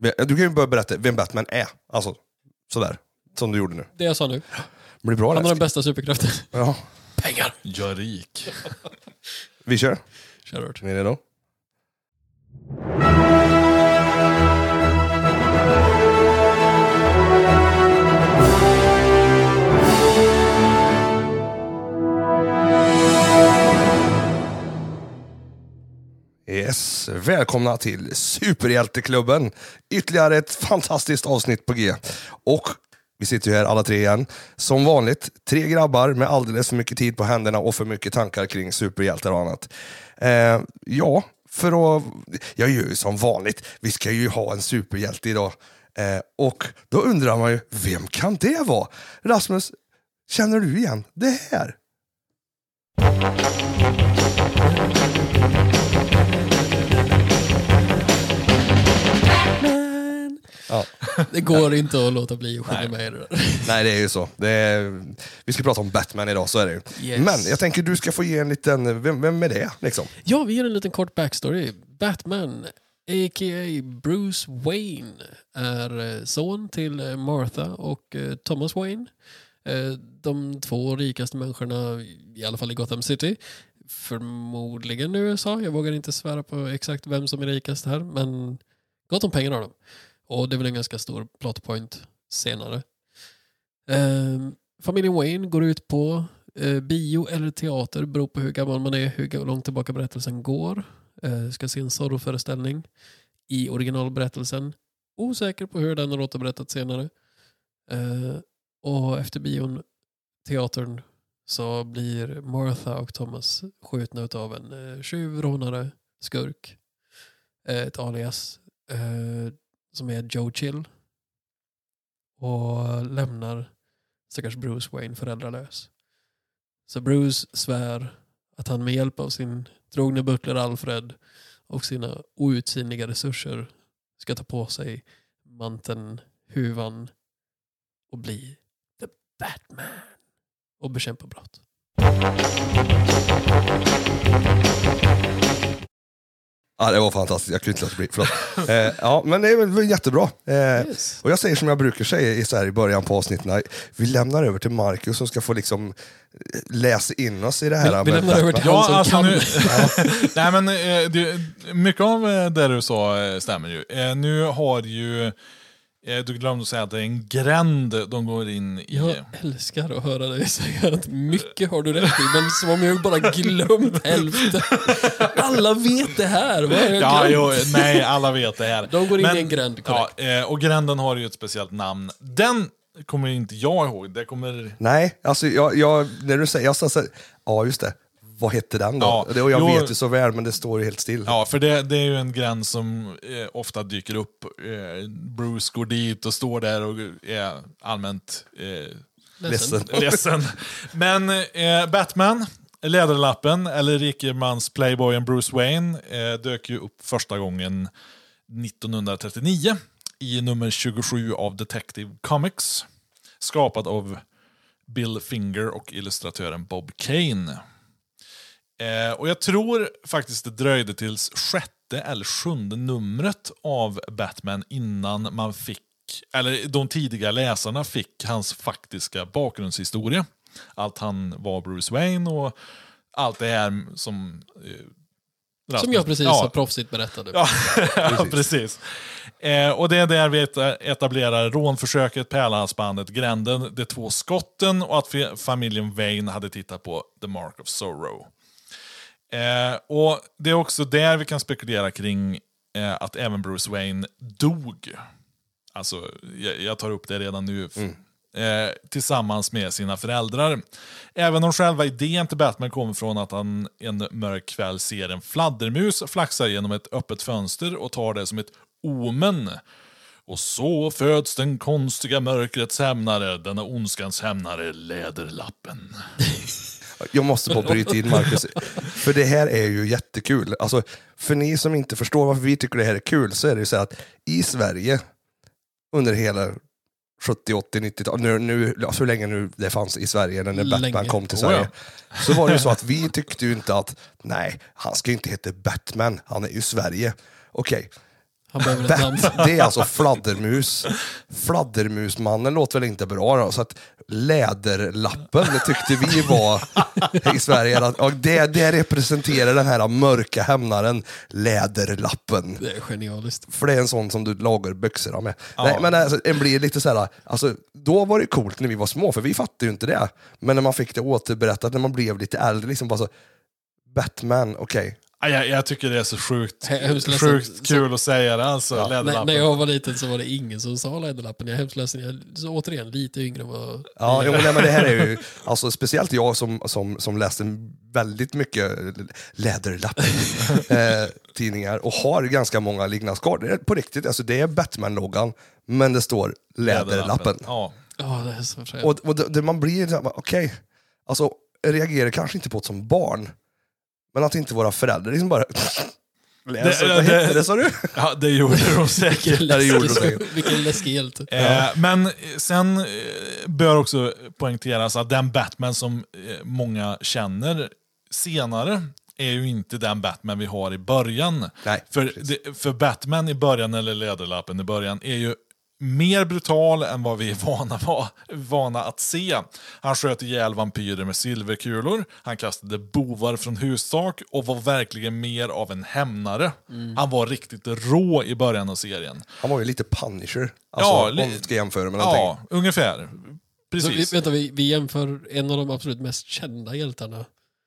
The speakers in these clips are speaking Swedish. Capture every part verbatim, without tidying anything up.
Du kan ju börja berätta vem Batman är. Alltså, sådär. Som du gjorde nu. Det jag sa nu. Blir bra. Han har den bästa superkraften. Ja. Pengar. Jag är rik. Vi kör. Kör hårt. Är ni redo? Yes, välkomna till Superhjälteklubben. Ytterligare ett fantastiskt avsnitt på G. Och vi sitter ju här alla tre igen. Som vanligt, tre grabbar med alldeles för mycket tid på händerna och för mycket tankar kring superhjältar och annat. Eh, ja, för att... Jag gör ju som vanligt. Vi ska ju ha en superhjälte idag. Eh, och då undrar man ju, vem kan det vara? Rasmus, känner du igen det här? Ja. Det går inte att låta bli att sjunga med i det där. Nej, det är ju så. Det är, vi ska prata om Batman idag, så är det ju. Yes. Men jag tänker du ska få ge en liten... Vem, vem är det, liksom? Ja, vi ger en liten kort backstory. Batman, a k a. Bruce Wayne, är son till Martha och Thomas Wayne. De två rikaste människorna, i alla fall i Gotham City. Förmodligen i U S A. Jag vågar inte svära på exakt vem som är rikast här, men gott om pengar har de. Och det är väl en ganska stor plot point senare. Eh, familjen Wayne går ut på eh, bio eller teater. Beror på hur gammal man är, hur långt tillbaka berättelsen går. Eh, ska se en Zorro-föreställning i originalberättelsen. Osäker på hur den har återberättat senare. Eh, och efter bion, teatern, så blir Martha och Thomas skjutna av en eh, tjuvrånare, skurk. Eh, ett alias. Eh, som är Joe Chill, och lämnar stackars Bruce Wayne föräldralös. Så Bruce svär att han med hjälp av sin trogne butler Alfred och sina outsinliga resurser ska ta på sig manteln, huvan och bli The Batman och bekämpa brott. Ja, det var fantastiskt. Jag kunde inte låta bli. Förlåt. Eh, ja, men det är väl jättebra. Eh, yes. Och jag säger som jag brukar säga i, så här, i början på avsnitten. Vi lämnar över till Marcus som ska få liksom läsa in oss i det här. Vi, vi lämnar över till ja, han som alltså kan. Nu, nej, men, eh, det, mycket av det du sa stämmer ju. Eh, nu har ju... Du glömde att säga att det är en gränd de går in i. Jag älskar att höra dig säga att mycket har du rätt i, men som om jag bara glömt hälften. Alla vet det här. Vad är ja, jo, nej, alla vet det här. De går in men, i en gränd, korrekt. Ja, och gränden har ju ett speciellt namn. Den kommer inte jag ihåg. Det kommer... Nej, alltså jag, jag, när du säger... Jag sa så här, ja, just det. Vad hette den då? Ja, det, och jag jo, vet ju så väl, men det står ju helt still. Ja, för det, det är ju en gräns som eh, ofta dyker upp. Eh, Bruce går dit och står där och är allmänt eh, ledsen. ledsen. Men eh, Batman, Läderlappen, eller rikemans playboyen Bruce Wayne, eh, dök ju upp första gången nittonhundratrettionio i nummer tjugosju av Detective Comics. Skapad av Bill Finger och illustratören Bob Kane. Eh, och jag tror faktiskt det dröjde tills sjätte eller sjunde numret av Batman innan man fick, eller de tidiga läsarna fick hans faktiska bakgrundshistoria. Allt han var Bruce Wayne och allt det här som... Eh, som jag precis ja. har proffsigt berättade. Ja, ja, precis. Eh, och det är där vi etablerar rånförsöket, pärlhalsbandet, gränden, de två skotten och att familjen Wayne hade tittat på The Mark of Zorro. Eh, och det är också där vi kan spekulera kring eh, att även Bruce Wayne dog. Alltså, jag, jag tar upp det redan nu. Mm. Eh, tillsammans med sina föräldrar. Även om själva idén till Batman kommer från att han en mörk kväll ser en fladdermus flaxa genom ett öppet fönster och tar det som ett omen. Och så föds den konstiga mörkrets hämnare, denna ondskans hämnare, Läderlappen. Jag måste bara bryta in, Marcus. För det här är ju jättekul. Alltså, för ni som inte förstår varför vi tycker det här är kul, så är det ju så att i Sverige under hela sjuttio, åttio, nittio-tal, nu, nu, alltså hur länge nu det fanns i Sverige när Batman länge. kom till Sverige, oh ja. så var det ju så att vi tyckte ju inte att nej, han ska ju inte heta Batman, han är ju Sverige. Okej. Han behöver ett namn. Det är alltså fladdermus. Fladdermusmannen låter väl inte bra då, så att Läderlappen, det tyckte vi var i Sverige att, och det, det representerar den här mörka hämnaren Läderlappen. Det är genialiskt. För det är en sån som du lagar byxorna med. Ja. Nej, men alltså, en blir lite så här, alltså, då var det coolt när vi var små, för vi fattade ju inte det. Men när man fick det återberättat, när man blev lite äldre, liksom bara så, Batman, okej. Okay. Ja, Jag, jag tycker det är så sjukt, Jag är hemskt ledsen. sjukt kul att säga det, alltså, Ja. När, Läderlappen. när jag var liten så var det ingen som sa Läderlappen. Jag är hemskt ledsen. Jag är så, återigen lite yngre än vad... Ja, jo, nej, men det här är ju, alltså, speciellt jag som, som, som läste väldigt mycket Läderlappen eh, tidningar och har ganska många liknande skador. Det är på riktigt, alltså, det är Batman-loggan, men det står Läderlappen. Ja. Ja, det är så främt. Och, och det, det man blir, okej, okay, alltså, jag reagerar kanske inte på det som barn, men att inte våra föräldrar liksom bara... Läs, Det- vad det- hette det, sa du? ja, det gjorde de säkert. Ja, det gjorde de Läskig- säkert. Vilken läskig hjälte. Eh, men sen eh, bör också poängteras att den Batman som eh, många känner senare är ju inte den Batman vi har i början. Nej, för, precis. det, för Batman i början, eller Läderlappen i början, är ju mer brutal än vad vi är vana, var, vana att se. Han sköt ihjäl vampyrer med silverkulor, han kastade bovar från hustak och var verkligen mer av en hämnare. Mm. Han var riktigt rå i början av serien. Han var ju lite Punisher, alltså, Ja, om li- vi ska jämföra med någonting. Ja, ungefär. Så vi, Precis. vänta, vi, vi jämför en av de absolut mest kända hjältarna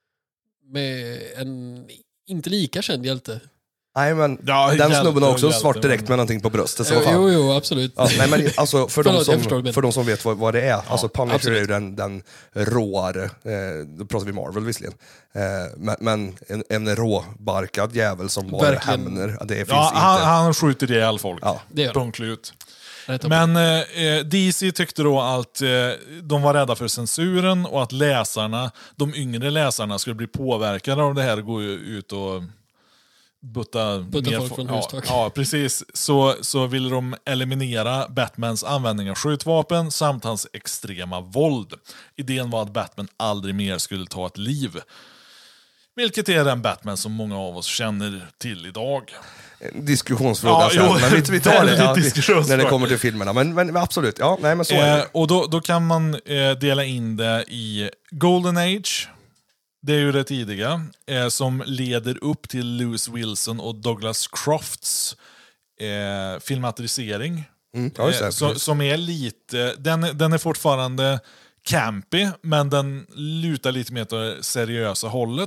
med en inte lika känd hjälte. Nej, men Ja, den hjälte snubben har också och hjälte, svart direkt men- med någonting på bröstet. Så Jo, fan. jo, jo, absolut. Ja, nej, men alltså, för, de Förlåt, jag förstår, som, men- för de som vet vad, vad det är, alltså Punisher absolut. är ju den, den råare, eh, då pratar vi Marvel visserligen, eh, men, men en, en råbarkad jävel som bara Verkligen. hämner, det finns Ja, inte. han, han skjuter ihjäl folk. Ja. Det gör han. Punkt slut. Rätt upp. Men eh, D C tyckte då att eh, de var rädda för censuren och att läsarna, de yngre läsarna skulle bli påverkade av det här och gå ut och butta, Butta mer folk fo- från ja, hustak. ja, precis. Så, så ville de eliminera Batmans användning av skjutvapen samt hans extrema våld. Idén var att Batman aldrig mer skulle ta ett liv. Vilket är den Batman som många av oss känner till idag. En diskussionsfråga Ja, sen, jo, men vi, vi tar det väldigt ja, vi, diskussionsfråga. när det kommer till filmerna. Men, men absolut, ja, nej, men så är Eh, det. och då, då kan man eh, dela in det i Golden Age, det är ju det tidiga, eh, som leder upp till Lewis Wilson och Douglas Crofts eh, filmatisering. Mm, ja, just det, eh, så, precis. som är lite, den, den är fortfarande campy, men den lutar lite mer åt det seriösa hållet.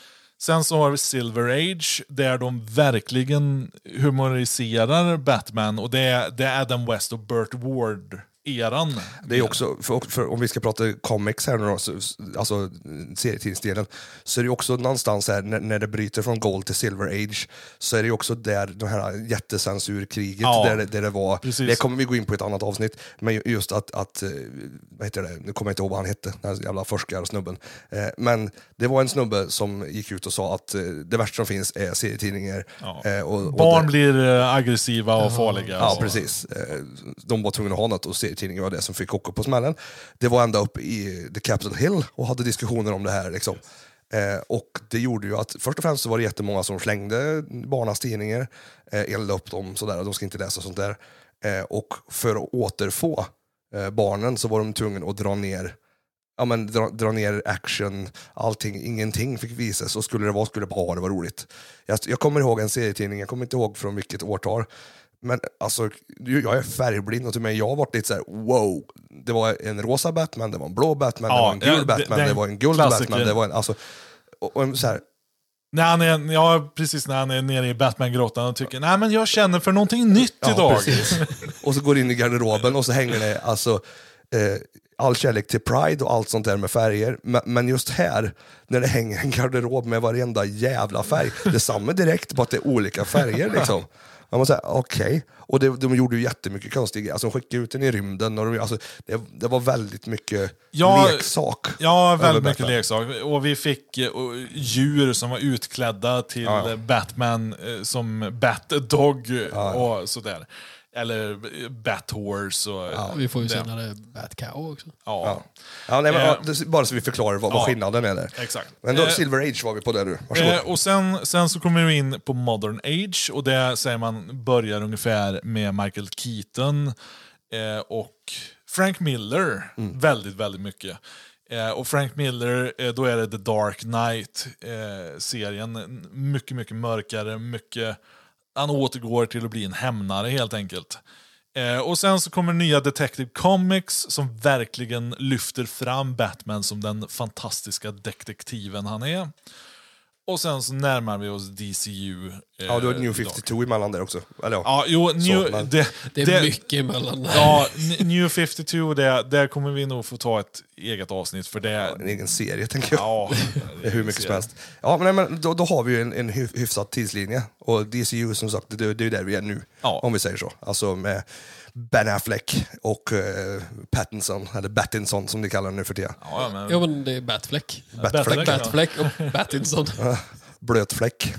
Sen så har vi Silver Age, där de verkligen humoriserar Batman, och det är, det är Adam West och Burt Ward-eran. Det är också, för, för, om vi ska prata comics här nu då, så, alltså serietidningsdelen, så är det också någonstans här, när, när det bryter från Gold till Silver Age, så är det ju också där det här jättecensurkriget, Ja, där, det- där det var, precis. det kommer vi gå in på i ett annat avsnitt, men just att, att eh, vad heter det, nu kommer jag inte ihåg vad han hette, den här jävla forskarsnubben, eh, men det var en snubbe som gick ut och sa att eh, det värsta som finns är serietidningar. Ja. Eh, och, och Barn det, blir eh, aggressiva och farliga. Ja, och- precis. Eh, De var tvungna att ha något och serietidningen var det som fick åka på smällen. Det var ända upp i The Capitol Hill och hade diskussioner om det här. Liksom. Eh, och det gjorde ju att först och främst så var det jättemånga som slängde barnas tidningar, eh, eldade upp dem sådär, och de ska inte läsa sånt där. Eh, och för att återfå eh, barnen så var de tvungna att dra ner Ja, men dra, dra ner action, allting, ingenting fick visas, och skulle det vara skulle det bara vara roligt. Jag, jag kommer ihåg en serietidning, jag kommer inte ihåg från vilket årtal, men alltså, jag är färgblind och till mig jag har varit lite så här: wow, det var en rosa Batman, det var en blå Batman, Ja, det var en gul ja, Batman, det- det, var en guld klassiker. Batman, det var en, alltså, och, och så här, När han är, ja, precis när han är nere i Batman-grottan och tycker nej men jag känner för någonting nytt ja, idag. precis. Och så går in i garderoben och så hänger det alltså eh, all kärlek till Pride och allt sånt där med färger, men, men just här när det hänger en garderob med varenda jävla färg, det är samma direkt, bara att det är olika färger liksom. Man måste säga okej, okay. Och det, de gjorde ju jättemycket konstiga, alltså de skickade ut den i rymden och de, alltså, det, det var väldigt mycket Ja, leksak. Ja, över väldigt mycket Batman. leksak. Och vi fick eh, och djur som var utklädda till Ja, ja. eh, Batman, eh, som Bat-Dog Ja, ja. och sådär. Eller Bat-Horse. Och, Ja, vi får ju det. senare Bat-Cow också. Ja, Ja. Ja, nej, men, Eh, ja, det- bara så vi förklarar vad, vad ja. skillnaden är där. exakt. Men då, Eh, Silver Age var vi på det nu. Varsågod. Eh, och sen, sen så kommer vi in på Modern Age, och det säger man börjar ungefär med Michael Keaton eh, och Frank Miller väldigt, väldigt mycket. Eh, och Frank Miller, eh, då är det The Dark Knight-serien. Eh, mycket, mycket mörkare, mycket... Han återgår till att bli en hämnare helt enkelt. Eh, och sen så kommer nya Detective Comics som verkligen lyfter fram Batman som den fantastiska detektiven han är. Och sen så närmar vi oss D C U. Eh, Ja, du har New idag. femtiotvå emellan där också. Eller, ja. Ja, jo, new, men- det, Det är mycket emellan. Ja, N- New femtiotvå, det, där kommer vi nog få ta ett eget avsnitt för det. En egen serie, tänker jag. Ja, Det är hur mycket som helst. Ja, men, nej, men då, då har vi ju en, en hyf- hyfsad tidslinje. Och D C U, som sagt, det, det är där vi är nu. Ja. Om vi säger så. Alltså med Ben Affleck och uh, Pattinson, eller Battinson som de kallar den nu för tiden. Ja, men, Ja, men det är Batfleck. Batfleck. Ja. Batfleck och Battinson. Blötfläck.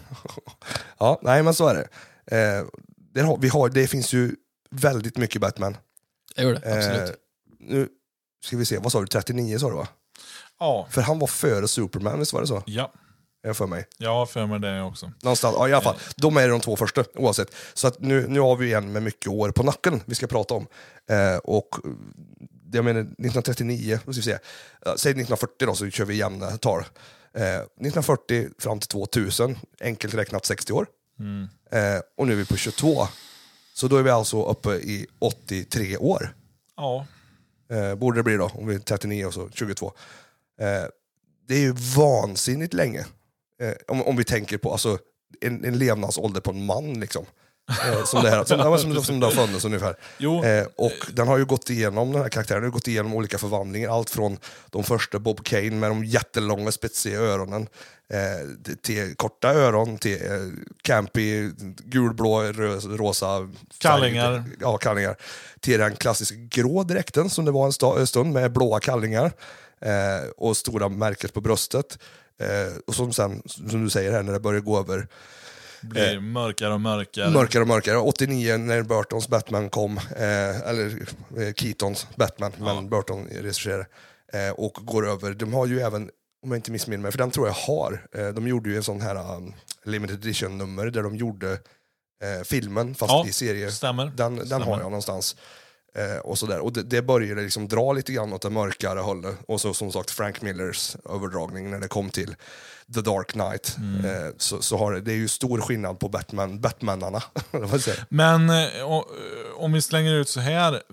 Ja, nej men så är det. Eh, det, har, vi har, det finns ju väldigt mycket Batman. Jag gör det, absolut. Eh, nu ska vi se, vad sa du? trettionio sa du, va? ja, För han var före Superman, visst var det så? ja, Jag för mig. jag har för mig det också. Någonstans, ja i alla fall. De är de två första, oavsett. Så att nu, nu har vi en med mycket år på nacken vi ska prata om. Eh, och det jag menar, nittonhundratrettionio, vad ska vi säga, uh, säg nittonhundrafyrtio då, så kör vi jämna tal. Eh, nittonhundrafyrtio fram till tvåtusen, enkelt räknat sextio år. Mm. Eh, och nu är vi på tjugotvå. Så då är vi alltså uppe i åttiotre år. Ja, Eh, borde det bli då, om vi är trettionio och så tjugotvå. Eh, det är ju vansinnigt länge. Eh, om, om vi tänker på alltså, en, en levnadsålder på en man liksom. Eh, som, det här, som, som, som, som det har funnits ungefär. jo, Eh, och den har ju gått igenom, den här karaktären har ju gått igenom olika förvandlingar. Allt från de första Bob Kane med de jättelånga spetsiga öronen eh, till korta öron, till eh, campy, gulblå, rö, rosa Kallingar. färg, ja, kallingar. Till den klassiska grå dräkten som det var en sta- stund med blåa kallingar eh, och stora märket på bröstet. Eh, och som sen, som du säger här, när det börjar gå över blir mörkare och mörkare. mörkare och mörkare. åttionio när Burtons Batman kom, eh, eller eh, Keatons Batman, Ja. men Burton regisserade, eh, och går över. De har ju även, om jag inte missminner mig, för den tror jag har, eh, de gjorde ju en sån här um, limited edition-nummer där de gjorde eh, filmen, fast Ja, i serie. stämmer. Den, den Stämmer. har jag någonstans. Eh, och, sådär. och det, det började liksom dra lite grann åt det mörkare hållet. Och så som sagt Frank Millers överdragning när det kom till The Dark Knight. Mm. Eh, så, så har det, det är ju stor skillnad på Batman, Batmanarna. vad säger jag? Men eh, o- om vi slänger ut så här, eh,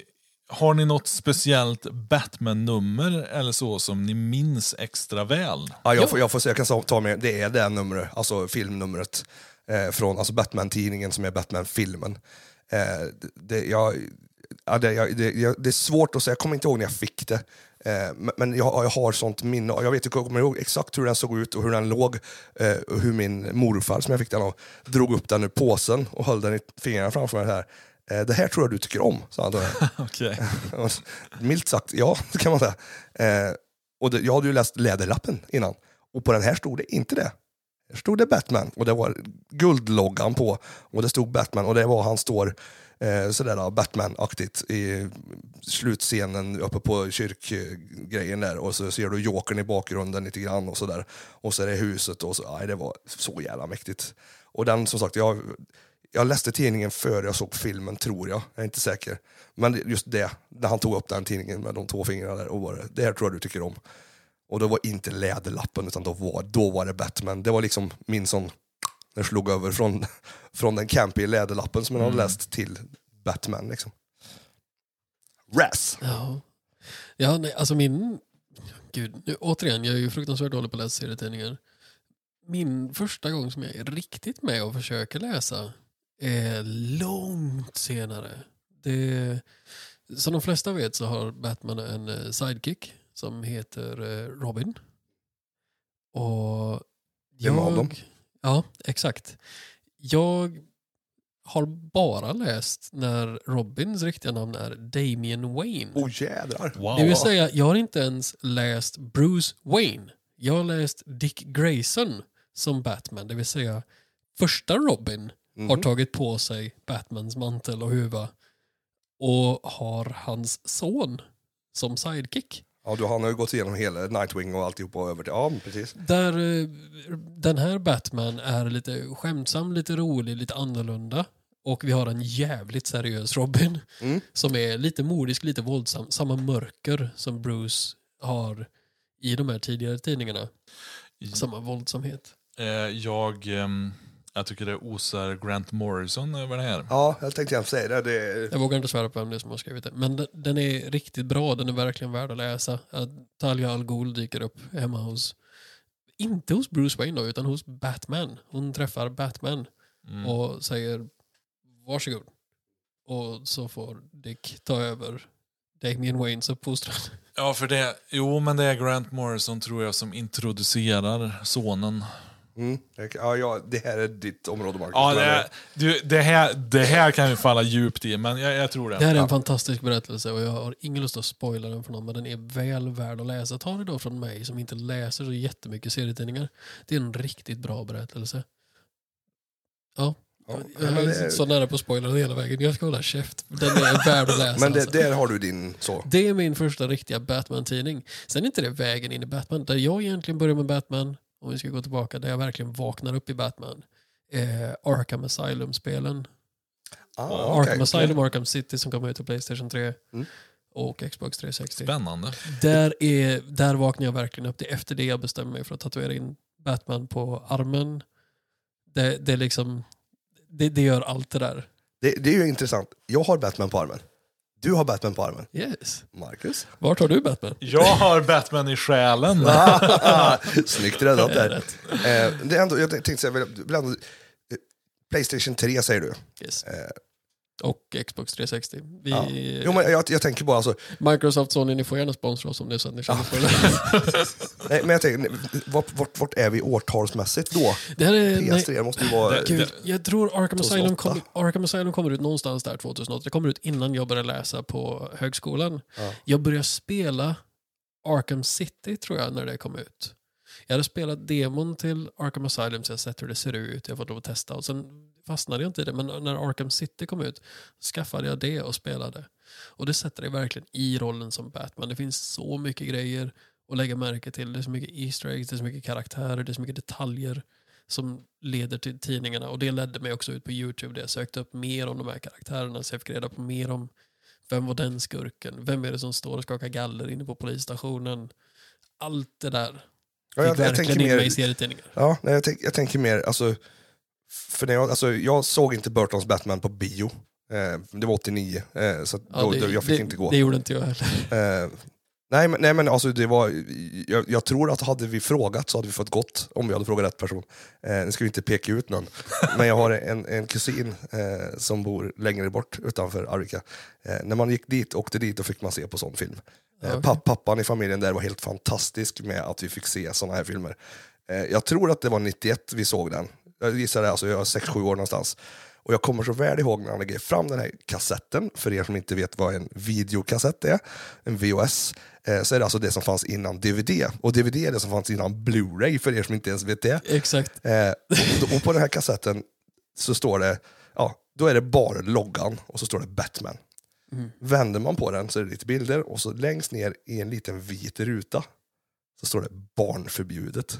har ni något speciellt Batman-nummer eller så som ni minns extra väl? Ja, jag, Ja. får, jag får säga, jag kan ta med, det är det numret, alltså filmnumret eh, från alltså Batman-tidningen som är Batman-filmen. Eh, det, det, jag, ja, det, jag, det, jag, det är svårt att säga, jag kommer inte ihåg när jag fick det. Eh, men men jag, jag har sånt minne, jag vet, jag kommer ihåg exakt hur den såg ut och hur den låg, eh, och hur min morfar som jag fick den av drog upp den ur påsen och höll den i fingrarna framför mig här. Eh, det här tror jag du tycker om, sa han då. Okej. Milt sagt, ja, det kan man säga. Eh, och det, jag hade ju läst Läderlappen innan. Och på den här stod det inte det. Här stod det Batman. Och det var guldloggan på. Och det stod Batman. Och det var han står eh, sådär Batman-aktigt i slutscenen uppe på kyrkgrejen där. Och så ser du Jokern i bakgrunden lite grann och sådär. Och så är det huset. Och så, aj, det var så jävla mäktigt. Och den, som sagt, jag... Jag läste tidningen före jag såg filmen, tror jag. Jag är inte säker. Men just det, när han tog upp den tidningen med de två fingrarna där och var det, det här tror jag du tycker om. Och det var inte Läderlappen, utan då var, då var det Batman. Det var liksom min sån, den slog över från, från den campy Läderlappen som jag hade läst till Batman liksom. Ras! Ja, ja nej, alltså min... Gud, nu, återigen, jag är ju fruktansvärt dålig på att läsa serietidningar. Min första gång som jag är riktigt med och försöker läsa är långt senare. Det, som de flesta vet så har Batman en eh, sidekick som heter eh, Robin. Och Vem av dem? Ja, exakt. Jag har bara läst när Robins riktiga namn är Damian Wayne. Åh oh, jädrar! Wow. Det vill säga, jag har inte ens läst Bruce Wayne. Jag har läst Dick Grayson som Batman. Det vill säga, första Robin Mhm. har tagit på sig Batmans mantel och huva och har hans son som sidekick. Ja, du, han har ju gått igenom hela Nightwing och alltihopa över till... Ja, precis. Där eh, den här Batman är lite skämtsam, lite rolig, lite annorlunda. Och vi har en jävligt seriös Robin Mm. som är lite modisk, lite våldsam. Samma mörker som Bruce har i de här tidigare tidningarna. Samma våldsamhet. Eh, jag, ehm, jag tycker det osar Grant Morrison över det här. Ja, jag tänkte jag säga det. det är... Jag vågar inte svära på vem det är som har skrivit det. Men den, den är riktigt bra. Den är verkligen värd att läsa. Att Talia al Ghul dyker upp hemma hos... Inte hos Bruce Wayne då, utan hos Batman. Hon träffar Batman Mm. och säger varsågod. Och så får Dick ta över Damian Waynes uppfostran. Ja, för det, jo, men det är Grant Morrison tror jag som introducerar sonen. Mm. Ja, ja, det här är ditt område, Marcus. Ja, det, är, du, det, här, det här kan vi falla djupt i, men jag, jag tror det. Det här är en Ja. fantastisk berättelse och jag har ingen lust att spoila den för någon, men den är väl värd att läsa. Ta det då från mig som inte läser så jättemycket serietidningar. Det är en riktigt bra berättelse. Ja, Ja, jag men är det- så nära på att spoila den hela vägen. Jag ska hålla käft. Den är värd att läsa. Men det, alltså. där har du din så. Det är min första riktiga Batman-tidning. Sen är inte det vägen in i Batman. Där jag egentligen börjar med Batman, om vi ska gå tillbaka, där jag verkligen vaknar upp i Batman. Eh, Arkham Asylum-spelen. Ah, Arkham okej. Asylum, Arkham City som kom ut på PlayStation tre Mm. och Xbox tre sextio. Spännande. Där, är, där vaknar jag verkligen upp. Det är efter det jag bestämmer mig för att tatuera in Batman på armen. Det, det, är liksom, det, det gör allt det där. Det, det är ju intressant. Jag har Batman på armen. Du har Batman på armen. Yes. Marcus? Vart har du Batman? Jag har Batman i själen. Snyggt räddat Det är där. rätt. Eh, det är ändå, jag tänkte säga, vill- vill ändå, eh, PlayStation tre säger du. Yes. Eh, Och Xbox tre sextio. Vi, ja. Jo, men jag, jag tänker bara alltså, Microsoft, Sony, ni får gärna sponsra oss om det är så att ni känner för det. nej, men jag tänker, vart, vart, vart är vi årtalsmässigt då? Det här är... P S tre måste ju vara... Det- Gud, jag tror Arkham Asylum, tjugohundraåtta. kom, Arkham Asylum kommer ut någonstans där tjugohundraåtta. Det kommer ut innan jag började läsa på högskolan. Ja. Jag började spela Arkham City tror jag när det kom ut. Jag hade spelat demon till Arkham Asylum så jag sett hur det ser ut. Jag fått lov att testa och sen fastnade jag inte i det. Men när Arkham City kom ut skaffade jag det och spelade. Och det sätter dig verkligen i rollen som Batman. Det finns så mycket grejer att lägga märke till. Det är så mycket Easter eggs, det är så mycket karaktärer, det är så mycket detaljer som leder till tidningarna. Och det ledde mig också ut på YouTube där jag sökte upp mer om de här karaktärerna. Så jag fick reda på mer om vem var den skurken? Vem är det som står och skakar galler inne på polisstationen? Allt det där Ja, fick jag, jag, verkligen tänker in mig i mer, serietidningar. ja, nej, jag, tänk, jag tänker mer, alltså, för när jag, alltså, jag såg inte Burtons Batman på bio. Eh, det var åttionio, eh, så Ja, då, det, då, jag fick det, inte gå. Det gjorde inte jag heller. Eh, nej, men, nej men alltså det var, jag, jag tror att hade vi frågat så hade vi fått gått om vi hade frågat rätt person. Eh, nu ska vi inte peka ut någon. Men jag har en, en kusin eh, som bor längre bort utanför Arvika. Eh, när man gick dit, åkte dit, då fick man se på sån film. Eh, Ja, okej. papp, pappan i familjen där var helt fantastisk med att vi fick se såna här filmer. Eh, jag tror att det var nittioett vi såg den. Jag gissar det, alltså jag är sex sju år någonstans. Och jag kommer så väl ihåg när han lägger fram den här kassetten, för er som inte vet vad en videokassett är, en V H S, eh, så är det alltså det som fanns innan D V D. Och D V D är det som fanns innan Blu-ray, för er som inte ens vet det. Exakt. Eh, och, och på den här kassetten så står det, ja, då är det bara loggan och så står det Batman. Mm. Vänder man på den så är det lite bilder och så längst ner i en liten vit ruta så står det barnförbjudet.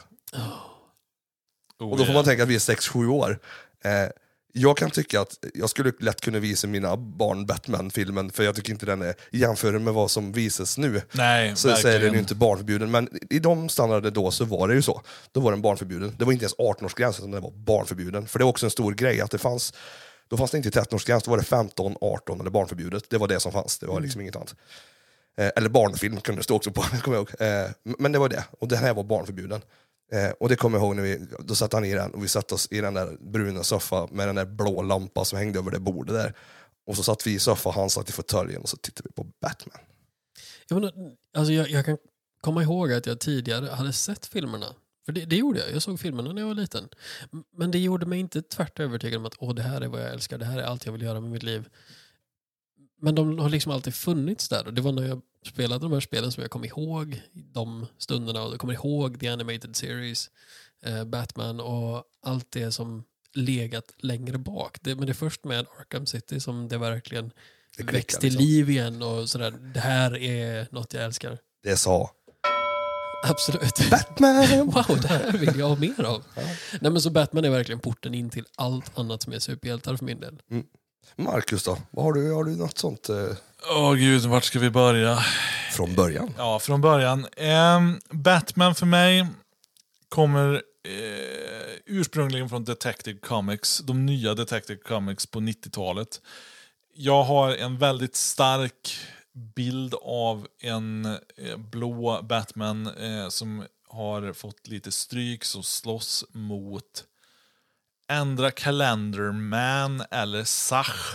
Oh, Och då får yeah. man tänka att vi är sex sju år. Eh, jag kan tycka att jag skulle lätt kunna visa mina barn Batman-filmen, för jag tycker inte den är, jämfört med vad som visas nu, Nej, så, så är verkligen. den ju inte barnförbjuden. Men i de standarder då så var det ju så. Då var den barnförbjuden. Det var inte ens arton-årsgräns, utan den var barnförbjuden. För det var också en stor grej att det fanns, då fanns det inte tretton-årsgräns, då var det femton, arton eller barnförbjudet. Det var det som fanns, det var liksom inget annat. Eh, eller barnfilm kunde det stå också på, kommer jag ihåg. Eh, men det var det, och den här var barnförbjuden. Eh, och det kommer jag ihåg när vi, då satt han i den och vi satt oss i den där bruna soffa med den där blå lampan som hängde över det bordet där. Och så satt vi i soffan, han satt i fåtöljen och så tittade vi på Batman. Jag, menar, alltså jag, jag kan komma ihåg att jag tidigare hade sett filmerna. För det, det gjorde jag. Jag såg filmerna när jag var liten. M- Men det gjorde mig inte tvärt övertygad om att åh, det här är vad jag älskar. Det här är allt jag vill göra med mitt liv. Men de har liksom alltid funnits där. Och det var när jag spelade de här spelen som jag kom ihåg de stunderna. Och jag kommer ihåg The Animated Series, eh, Batman och allt det som legat längre bak. Det, men det är först med Arkham City som det verkligen Det klickar, växt till liksom. liv igen och sådär. Det här är något jag älskar. Det sa Absolut. Batman! Wow, det här vill jag ha mer av. Ja. Nej, men så Batman är verkligen porten in till allt annat som är superhjältar för min del. Mm. Marcus då? Vad har du, har du något sånt? Eh... Åh gud, vart ska vi börja? Från början? Ja, från början. Eh, Batman för mig kommer eh, ursprungligen från Detective Comics. De nya Detective Comics på nittiotalet. Jag har en väldigt stark bild av en eh, blå Batman eh, som har fått lite stryk, som slåss mot Andra Calendarman eller Sach,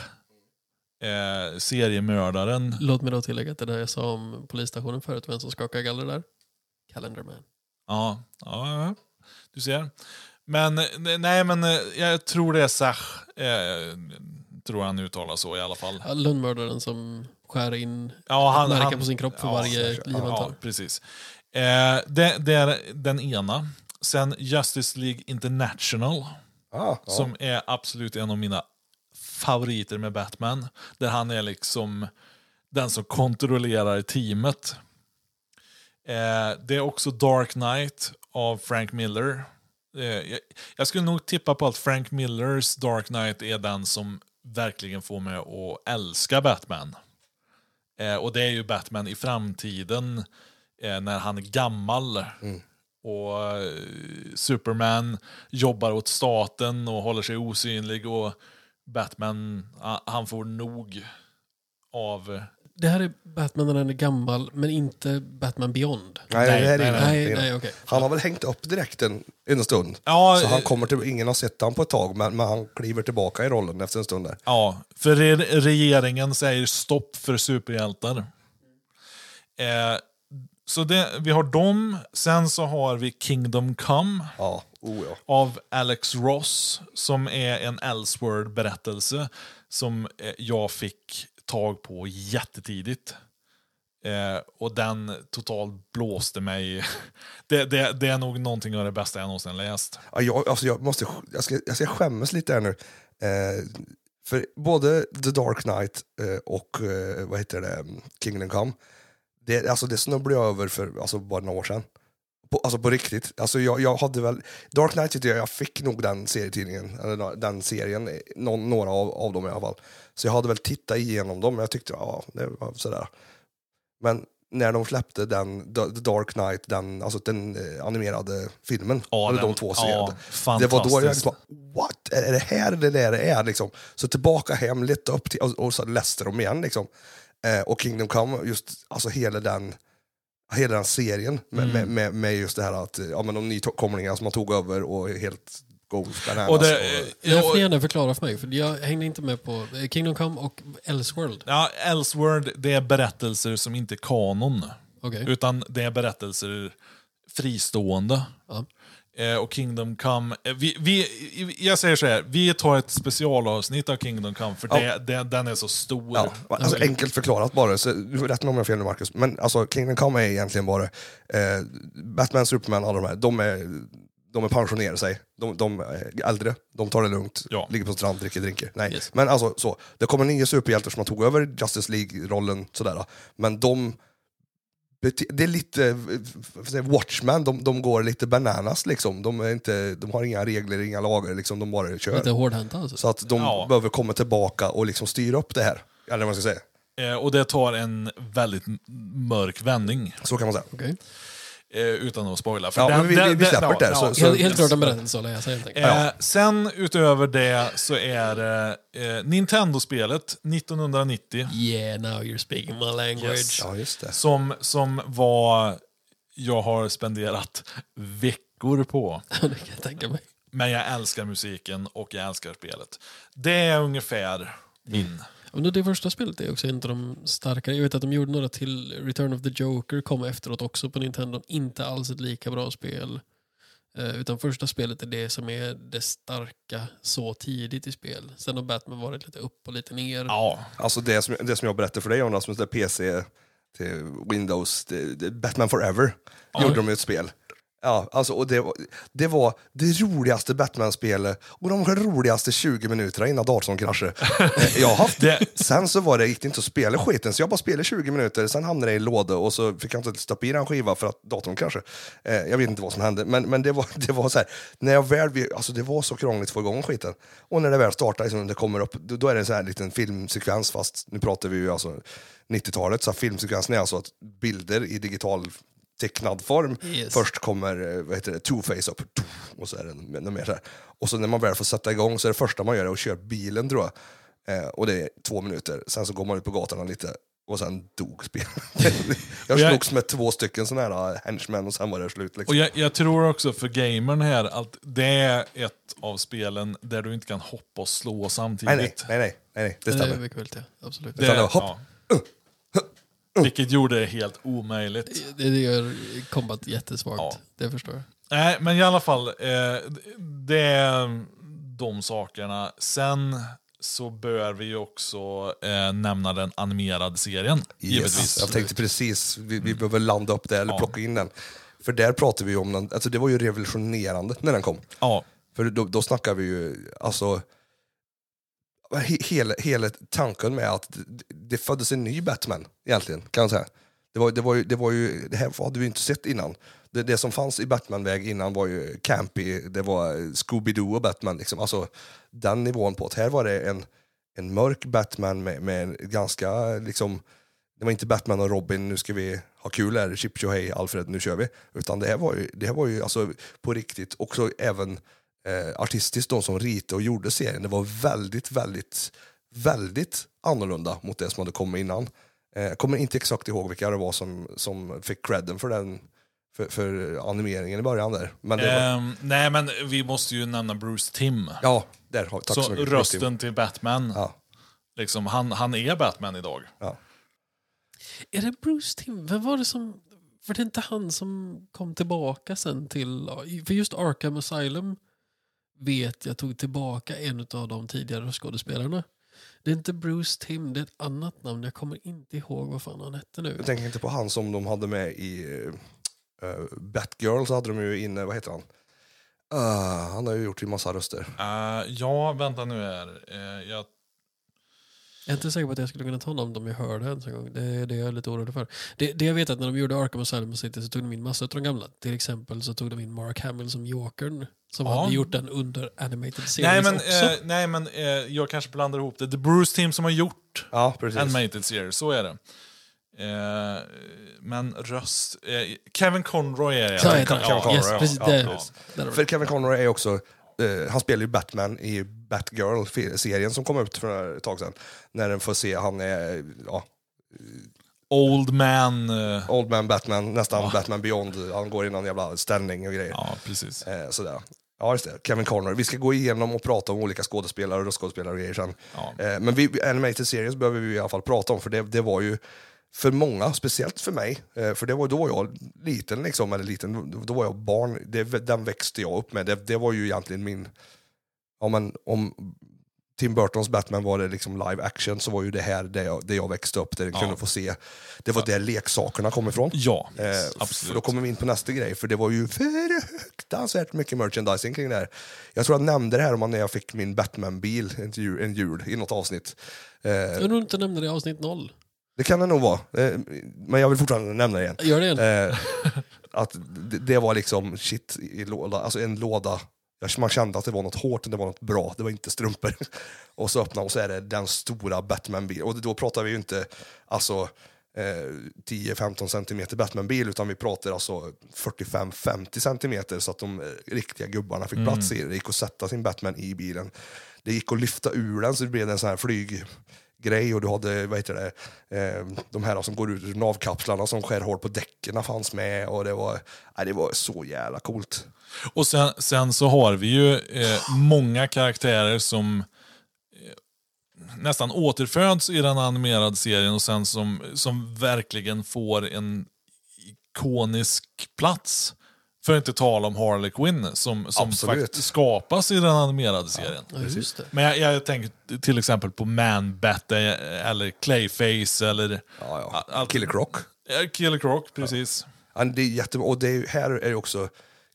eh, seriemördaren. Låt mig då tillägga att det där jag sa om polisstationen förut, vem som skakar galler där? Calendarman. Ja, ja, du ser. Men nej, men jag tror det är Sach. Eh, tror han uttalar så i alla fall. Ja, lönnmördaren som skär in ja, han, märken han, på sin kropp för ja, varje liv han tar. Ja, precis. Eh, det, det är den ena. Sen Justice League International. Ah, ja. Som är absolut en av mina favoriter med Batman. Där han är liksom den som kontrollerar teamet. Eh, det är också Dark Knight av Frank Miller. Eh, jag, jag skulle nog tippa på att Frank Millers Dark Knight är den som verkligen får mig att älska Batman. Eh, och det är ju Batman i framtiden eh, när han är gammal. Mm. Och uh, Superman jobbar åt staten och håller sig osynlig, och Batman, uh, han får nog av... Det här är Batman när han är gammal, men inte Batman Beyond. Nej, nej, nej, nej, nej, nej, nej okay. Han har väl hängt upp direkten en stund. Ja, så han kommer till, ingen har sett han på ett tag, men, men han kliver tillbaka i rollen efter en stund där. Ja, för re- regeringen säger stopp för superhjältar. Eh, Så det, vi har dem. Sen så har vi Kingdom Come ja. Oh, ja. av Alex Ross, som är en Elseworld-berättelse som eh, jag fick tag på jättetidigt. Eh, och den totalt blåste mig. det, det, det är nog någonting av det bästa jag någonsin läst. Ja, jag, alltså jag, måste, jag, ska, jag ska skämmas lite här nu. Eh, för både The Dark Knight eh, och eh, vad heter det, Kingdom Come, Det, alltså det snubblade jag över för alltså, bara några år sedan. På, alltså på riktigt. Alltså jag, jag hade väl... Dark Knight tyckte jag, jag fick nog den serietidningen, eller den serien, någon, några av, av dem i alla fall. Så jag hade väl tittat igenom dem, men jag tyckte, ja, det var sådär. Men när de släppte den, The Dark Knight, den, alltså den eh, animerade filmen, ja, eller den, de två serierna. Ja, det var då jag liksom, what? Är det här det där det är liksom? Så tillbaka hem, lite upp till, och, och så läste de igen liksom. Eh, och Kingdom Come, just alltså hela den hela den serien med, Mm. med, med, med just det här att ja, men de nykomlingarna som man tog över och helt go bananas. Och det, och, jag får gärna förklara för mig, för jag hängde inte med på Kingdom Come och Elseworld. Ja, Elseworld, det är berättelser som inte är kanon. Okay. Utan det är berättelser fristående. Ja. Eh, och Kingdom Come, eh, vi, vi, jag säger så här, vi tar ett specialavsnitt av Kingdom Come, för Ja. det, det, den är så stor. ja, alltså Okay. enkelt förklarat bara, så du får rätt mig om jag har fel nu, Marcus, men alltså Kingdom Come är egentligen bara eh, Batman, Superman, alla de här, de är de är pensionerar sig, de, de är äldre, de tar det lugnt, Ja. ligger på strand, dricker drinkar. Nej, Yes. men alltså så, det kommer nya superhjältar som har tog över Justice League-rollen sådär, men de det är lite Watchmen, de, de går lite bananas liksom. De, är inte, de har inga regler, inga lagar liksom, de bara kör. Lite hårdhänta alltså. Så att de Ja. behöver komma tillbaka och liksom styra upp det här. Eller vad man ska säga. Eh, och det tar en väldigt m- mörk vändning. Så kan man säga. Okay. Eh, utan att spoila. För Ja, den, men vi- vi- vi släpper det, så- så- Helt, helt klart en berättelse att läsa helt enkelt. Eh, sen utöver det så är det eh, Nintendo-spelet nittonhundranittio. Yeah, now you're speaking my language. Yes. Ja, just det. Som, som var jag har spenderat veckor på. det kan jag tänka mig. Men jag älskar musiken och jag älskar spelet. Det är ungefär min. Och det första spelet är också en av de starkare. Jag vet att de gjorde några till. Return of the Joker kom efteråt också på Nintendo. Inte alls ett lika bra spel. Eh, utan första spelet är det som är det starka så tidigt i spel. Sen har Batman varit lite upp och lite ner. Ja. Alltså det som, det som jag berättade för dig om, som är P C till Windows, det, det, Batman Forever, Ja. gjorde de ett spel. Ja, alltså, och det, var, det var det roligaste Batman-spelet och de roligaste tjugo minuterna innan datorn kraschade. Jag har haft det. Sen så var det gick det inte att spela skiten, så jag bara spelade tjugo minuter, sen hamnade det i en låda och så fick jag inte stoppa i den skiva för att datorn kraschade. Eh, jag vet inte vad som hände, men, men det var, det var så här, när jag väl, alltså det var så krångligt att få igång skiten. Och när det väl startar, liksom, det kommer upp, då, då är det en sån här liten filmsekvens, fast nu pratar vi ju alltså nittiotalet, så filmsekvensen är alltså att bilder i digital tecknad form. Yes. Först kommer vad heter det, Two-Face upp och så är det något mer så här. Och så när man väl får sätta igång så är det första man gör är att köra bilen, tror jag. Eh, och det är två minuter. Sen så går man ut på gatan lite och sen dog spelet. Jag slogs med två stycken sådana här henchmen och sen var det slut. Liksom. Och jag, jag tror också för gamern här att det är ett av spelen där du inte kan hoppa och slå samtidigt. Nej, nej, nej, nej, nej det stämmer. Det är kul, ja. Absolut. Det, det, hopp. Ja. Vilket gjorde det helt omöjligt. Det, det gör kombat jättesvagt, ja. Det förstår jag. Nej, men i alla fall, eh, det är de sakerna. Sen så bör vi ju också eh, nämna den animerade serien, yes. Givetvis. Jag tänkte precis, vi, vi behöver landa upp det eller ja. plocka in den. För där pratar vi ju om den, alltså det var ju revolutionerande när den kom. Ja. För då, då snackar vi ju, alltså Hela, hela tanken med att det, det föddes en ny Batman egentligen, kan jag säga. Det var, det var ju, det var ju, det här hade vi inte sett innan. Det, det som fanns i Batman-väg innan var ju campy, det var Scooby-Doo och Batman liksom. Alltså den nivån på att här var det en, en mörk Batman med, med en ganska liksom, det var inte Batman och Robin, nu ska vi ha kul här, chip hej Alfred, nu kör vi. Utan det här var ju, det här var ju alltså på riktigt också även Eh, artistiskt, de som ritade och gjorde serien, det var väldigt, väldigt väldigt annorlunda mot det som hade kommit innan. Jag eh, kommer inte exakt ihåg vilka det var som, som fick credden för den för, för animeringen i början där. Men det var... um, nej, men vi måste ju nämna Bruce Timm. Ja, där har tack så, så mycket. Rösten till Batman. Ja. Liksom, han, han är Batman idag. Ja. Är det Bruce Timm? Vem var det som... För det är inte han som kom tillbaka sen till... För just Arkham Asylum vet jag tog tillbaka en av de tidigare skådespelarna. Det är inte Bruce Timm, det är ett annat namn. Jag kommer inte ihåg vad fan han hette nu. Jag tänker inte på han som de hade med i uh, Batgirl, så hade de ju inne, vad heter han? Uh, han har ju gjort en massa röster. Uh, ja, vänta nu här. Uh, jag... jag är inte säker på att jag skulle kunna ta honom om jag hörde ens en gång. Det är det jag är lite orolig för. Det, det jag vet att när de gjorde Arkham Asylum City så tog de in massa av de gamla. Till exempel så tog de in Mark Hamill som Jokern. Som ja. hade gjort den under Animated Series nej, men, också. Eh, nej, men eh, jag kanske blandar ihop det. Det är Bruce Timm som har gjort ja, Animated Series, så är det. Eh, men röst... Eh, Kevin Conroy är det. Så Kevin, Kevin ja, Conroy, yes, ja. precis, Ja, det, precis. Det. För Kevin Conroy är också... Uh, han spelar ju Batman i Batgirl-serien som kom ut för ett tag sedan. När den får se, han är... Ja, Old man... Uh... Old man Batman, nästan ja. Batman Beyond. Han går i någon jävla ställning och grejer. Ja, precis. Uh, sådär. Ja, just det. Kevin Conroy. Vi ska gå igenom och prata om olika skådespelare och röstskådespelare och grejer sen. Ja. Uh, men vi, Animated Series behöver vi i alla fall prata om, för det, det var ju för många, speciellt för mig, uh, för det var, då var jag liten, liksom, eller liten, då var jag barn, det, den växte jag upp med. Det, det var ju egentligen min... Ja, men om Tim Burtons Batman var det liksom live action, så var ju det här det jag, det jag växte upp, där jag ja. kunde få se. Det var där leksakerna kom ifrån. Ja, eh, absolut. För då kommer vi in på nästa grej, för det var ju fruktansvärt mycket merchandising kring det här. Jag tror jag nämnde det här om när jag fick min Batman-bil, en jul, en jul i något avsnitt. Eh, jag nog inte nämnde det i avsnitt noll. Det kan det nog vara, eh, men jag vill fortfarande nämna det igen. Gör det igen. Eh, att det, det var liksom shit i låda, alltså en låda. Man kände att det var något hårt, det var något bra, det var inte strumpor. Och så öppnar och så är det den stora Batman-bil. Och då pratar vi ju inte alltså eh, tio till femton centimeter Batman-bil, utan vi pratar alltså fyrtiofem till femtio centimeter, så att de eh, riktiga gubbarna fick mm. plats i det. Det gick att sätta sin Batman i bilen. Det gick att lyfta ur den, så det blev en sån här flyggrej, och du hade, vad heter det, eh, de här som går ut ur navkapslarna som skär hål på däcken fanns med, och det var, nej, det var så jävla coolt. Och sen, sen så har vi ju eh, många karaktärer som eh, nästan återföds i den animerade serien, och sen som, som verkligen får en ikonisk plats. För att inte tala om Harley Quinn som, som faktiskt skapas i den animerade serien. Ja, just det. Men jag, jag tänker till exempel på Man-Bat eller Clayface eller... Ja, ja. Killer Croc. Killer Croc, precis. Ja. Ja, det är jättebra. Och det är, här är det också...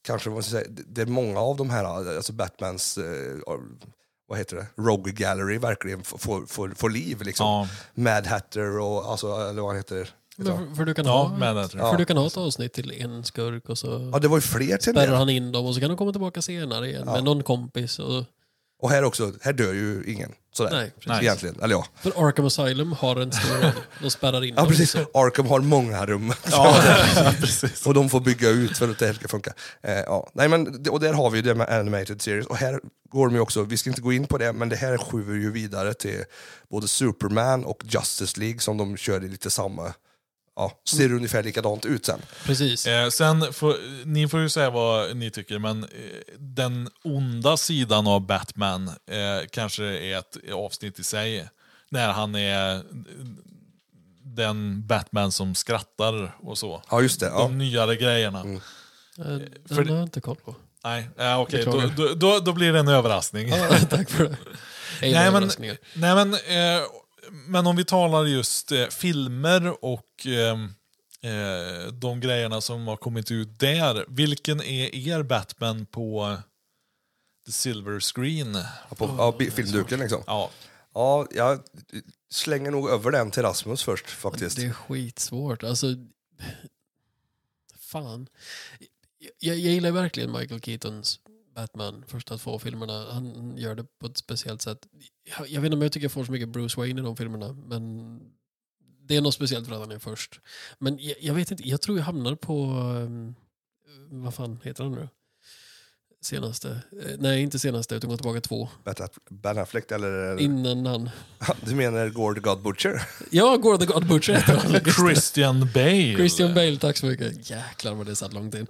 kanske vad ska jag säga, det är många av de här, alltså Batmans, eh, vad heter det, Rogue Gallery verkligen får, får, får liv liksom. Ja. Mad Hatter och alltså, eller vad heter Men för, för, du kan Ja, ha, men det tror jag. för du kan ha ett avsnitt till en skurk och så Ja, det var ju fler till spärrar det. han in dem och så kan de komma tillbaka senare igen Ja. med någon kompis. Och, Och här också, här dör ju ingen. Sådär. nej, precis. Nej. Egentligen, eller ja. För Arkham Asylum har en stor roll. De spärrar in Ja, dem. precis. Så. Arkham har många rum. Ja, precis. Och de får bygga ut för att det här ska funka. Eh, ja. Nej, men, och där har vi det med Animated Series. Och här går de ju också, vi ska inte gå in på det, men det här skjuter ju vidare till både Superman och Justice League som de kör i lite samma, ja, ser Mm. ungefär likadant ut sen. Precis. Eh, sen får, ni får ju säga vad ni tycker, men eh, den onda sidan av Batman eh, kanske är ett avsnitt i sig. När han är den Batman som skrattar och så. Ja, just det. Ja. De nyare grejerna. Mm. Eh, för Den det- har jag inte koll på. Nej, eh, okej, då, Beklagar. då, då, då blir det en överraskning. Ja, tack för det. Jag gillar Nej, men, överraskningar. nej, men, eh, men om vi talar just eh, filmer och eh, eh, de grejerna som har kommit ut där. Vilken är er Batman på the silver screen? På ja, bi- filmduken liksom. Ja, Ja, jag slänger nog över den till Rasmus först faktiskt. Det är skitsvårt. Alltså, fan. Jag, jag gillar verkligen Michael Keatons Batman, första två filmerna. Han gör det på ett speciellt sätt. Jag, jag vet inte om jag tycker jag får så mycket Bruce Wayne i de filmerna, men det är något speciellt för att han är först. Men jag, jag vet inte, jag tror jag hamnar på, um, vad fan heter han nu? Senaste. Eh, nej, inte senaste, utan gå tillbaka två. Ben Affleck eller... Innan han... Du menar Gord the God Butcher? Ja, Gore the God Butcher heter han. Christian Bale. Christian Bale, tack så mycket. Jäklar vad det satt långt in.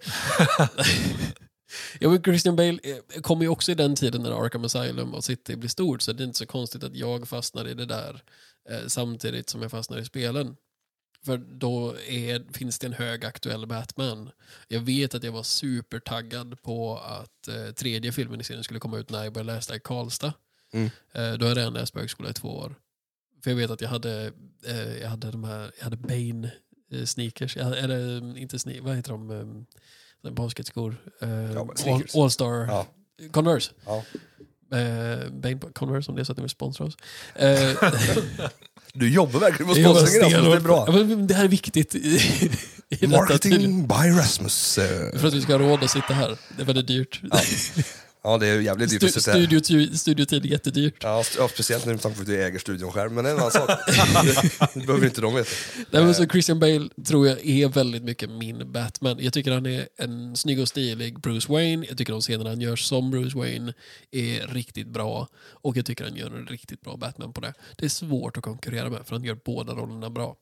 Ja, men Christian Bale eh, kom ju också i den tiden när Arkham Asylum och City blir stort, så det är inte så konstigt att jag fastnar i det där eh, samtidigt som jag fastnar i spelen. För då är, finns det en hög aktuell Batman. Jag vet att jag var supertaggad på att eh, tredje filmen i serien skulle komma ut när jag började läsa i Karlstad. Mm. Eh, då har jag redan läst på högskola i två år. För jag vet att jag hade, eh, jag hade de här, jag hade Bane eh, sneakers, jag hade, eller inte sneakers, vad heter de? Eh, basketskor. Eh, Ja, men All, sneakers. All-Star. Ja. Converse. Ja. Eh, Bane Converse, om det är så att ni vill sponsra oss. Eh, Du jobbar verkligen på jag var sponsringen, alltså, det är stenhård. bra. Ja, men det här är viktigt i, i detta Marketing tydligen. by Rasmus. eh. För att vi ska ha råd att sitta här. Det är väldigt dyrt. Ja. Ja, det är jävligt dyrt Stu, att sitta här. studiotid, studiotid är jättedyrt. Ja, st- ja, speciellt nu med tanke på att du äger studion själv. Men det är en annan sak. Det behöver inte de veta. Nej, men så Christian Bale tror jag är väldigt mycket min Batman. Jag tycker han är en snygg och stilig Bruce Wayne. Jag tycker de scenerna han gör som Bruce Wayne är riktigt bra. Och jag tycker han gör en riktigt bra Batman på det. Det är svårt att konkurrera med, för han gör båda rollerna bra.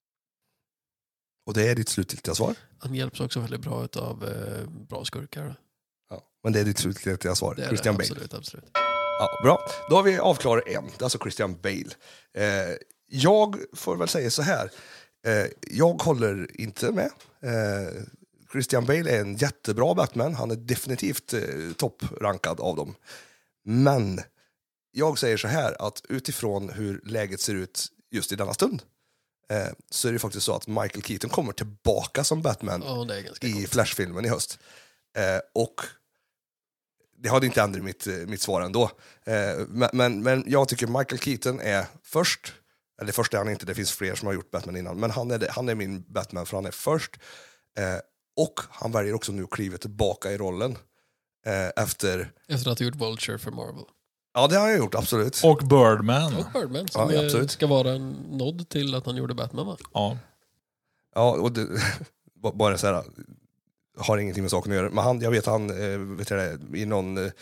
Och det är ditt slutgiltiga svar? Han hjälps också väldigt bra av eh, bra skurkar. Ja. Men det är ditt slutgiltiga svar, Det är Christian det, Bale. absolut, absolut. Ja, bra, då har vi avklarat en, det är alltså Christian Bale. Eh, jag får väl säga så här, eh, jag håller inte med. Eh, Christian Bale är en jättebra Batman, han är definitivt eh, topprankad av dem. Men jag säger så här, att utifrån hur läget ser ut just i denna stund, eh, så är det faktiskt så att Michael Keaton kommer tillbaka som Batman Ja, det är ganska i coolt. Flash-filmen i höst. Eh, och det hade inte ändrat mitt, mitt svar ändå. Eh, men, men, men jag tycker Michael Keaton är först, eller först är han inte, det finns fler som har gjort Batman innan, men han är, det, han är min Batman för han är först. Eh, och han väljer också nu att kliva tillbaka i rollen eh, efter... Efter att ha gjort Vulture för Marvel. Ja, det har jag gjort, absolut. Och Birdman. Och Birdman, som Ja, är- absolut. ska vara en nod till att han gjorde Batman, va? Ja. Ja, och det, bara så här, har ingenting med saken att göra. Men han, jag vet han, eh, vet jag det, i någon eh,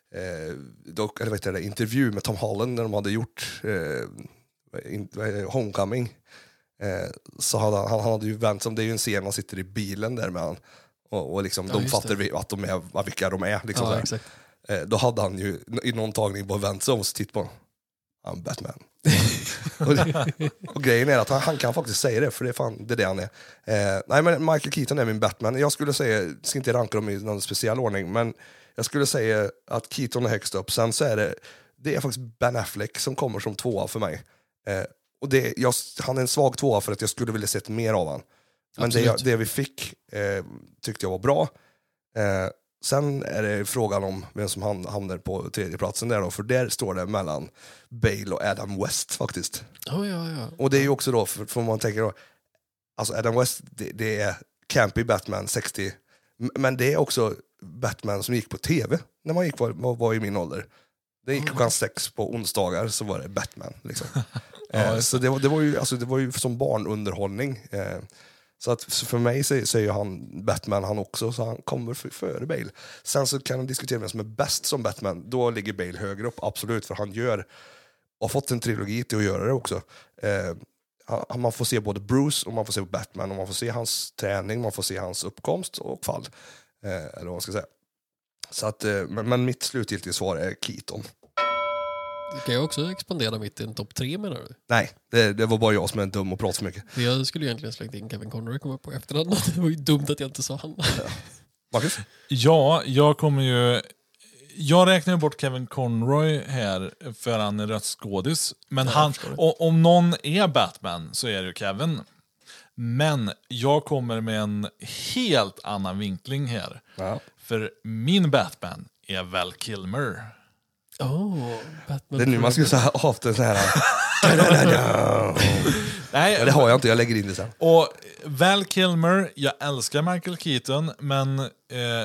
dock, eller vet jag det, intervju med Tom Holland när de hade gjort eh, in, vad är det, Homecoming. Eh, så hade han, han hade ju vänt som, det är ju en scen, man sitter i bilen där med han. Och, och liksom, Ja, de just fattar det. vi- att de är, vilka de är. Liksom Ja, så här. exakt. Eh, då hade han ju i någon tagning bara vänt sig om och tittat på honom. Han är Batman. och, det, och grejen är att han, han kan faktiskt säga det, för det är, fan, det är det han är. Eh, nej, men Michael Keaton är min Batman. Jag skulle säga, jag ska inte ranka dem i någon speciell ordning, men jag skulle säga att Keaton är högst upp. Sen så är det, det är faktiskt Ben Affleck som kommer som tvåa för mig. Eh, och det, jag, han är en svag tvåa för att jag skulle vilja sett mer av han. Men det, Absolut. jag, det vi fick eh, tyckte jag var bra. Eh, sen är det frågan om vem som hamnar på tredje platsen där då, för där står det mellan Bale och Adam West faktiskt. Oh, ja, ja. Och det är ju också då, för, för man tänker då, alltså Adam West, det, det är campy Batman sextio, men det är också Batman som gick på tv när man gick på, var, var i min ålder. Det gick klockan sex på onsdagar, så var det Batman liksom. eh, så det var, det var ju alltså det var ju som barnunderhållning. Eh, så att för mig så, så är ju han Batman han också, så han kommer för, före Bale. Sen så kan man diskutera vem som är bäst som Batman. Då ligger Bale högre upp, absolut, för han gör har fått en trilogi till att göra det också. Eh, han, man får se både Bruce och man får se Batman, och man får se hans träning, man får se hans uppkomst och fall. Eh, eller vad man ska säga. Så att, eh, men, men mitt slutgiltiga svar är Keaton. Kan jag också expandera mitt i en topp tre, menar du? Nej, det, det var bara jag som är dum och pratar för mycket. För jag skulle ju egentligen slängt in Kevin Conroy, kommer på efterhand. Det var ju dumt att jag inte sa han. Marcus? Ja, jag kommer ju... Jag räknar ju bort Kevin Conroy här för han är rätt skådis. Men Ja, han, förstår det. och, om någon är Batman så är det ju Kevin. Men jag kommer med en helt annan vinkling här. Ja. För min Batman är Val Kilmer. Oh, Batman. Det är nu man skulle säga haft en sån här... Nej, Ja, det har jag inte, jag lägger in det sen. och Val Kilmer, jag älskar Michael Keaton, men eh,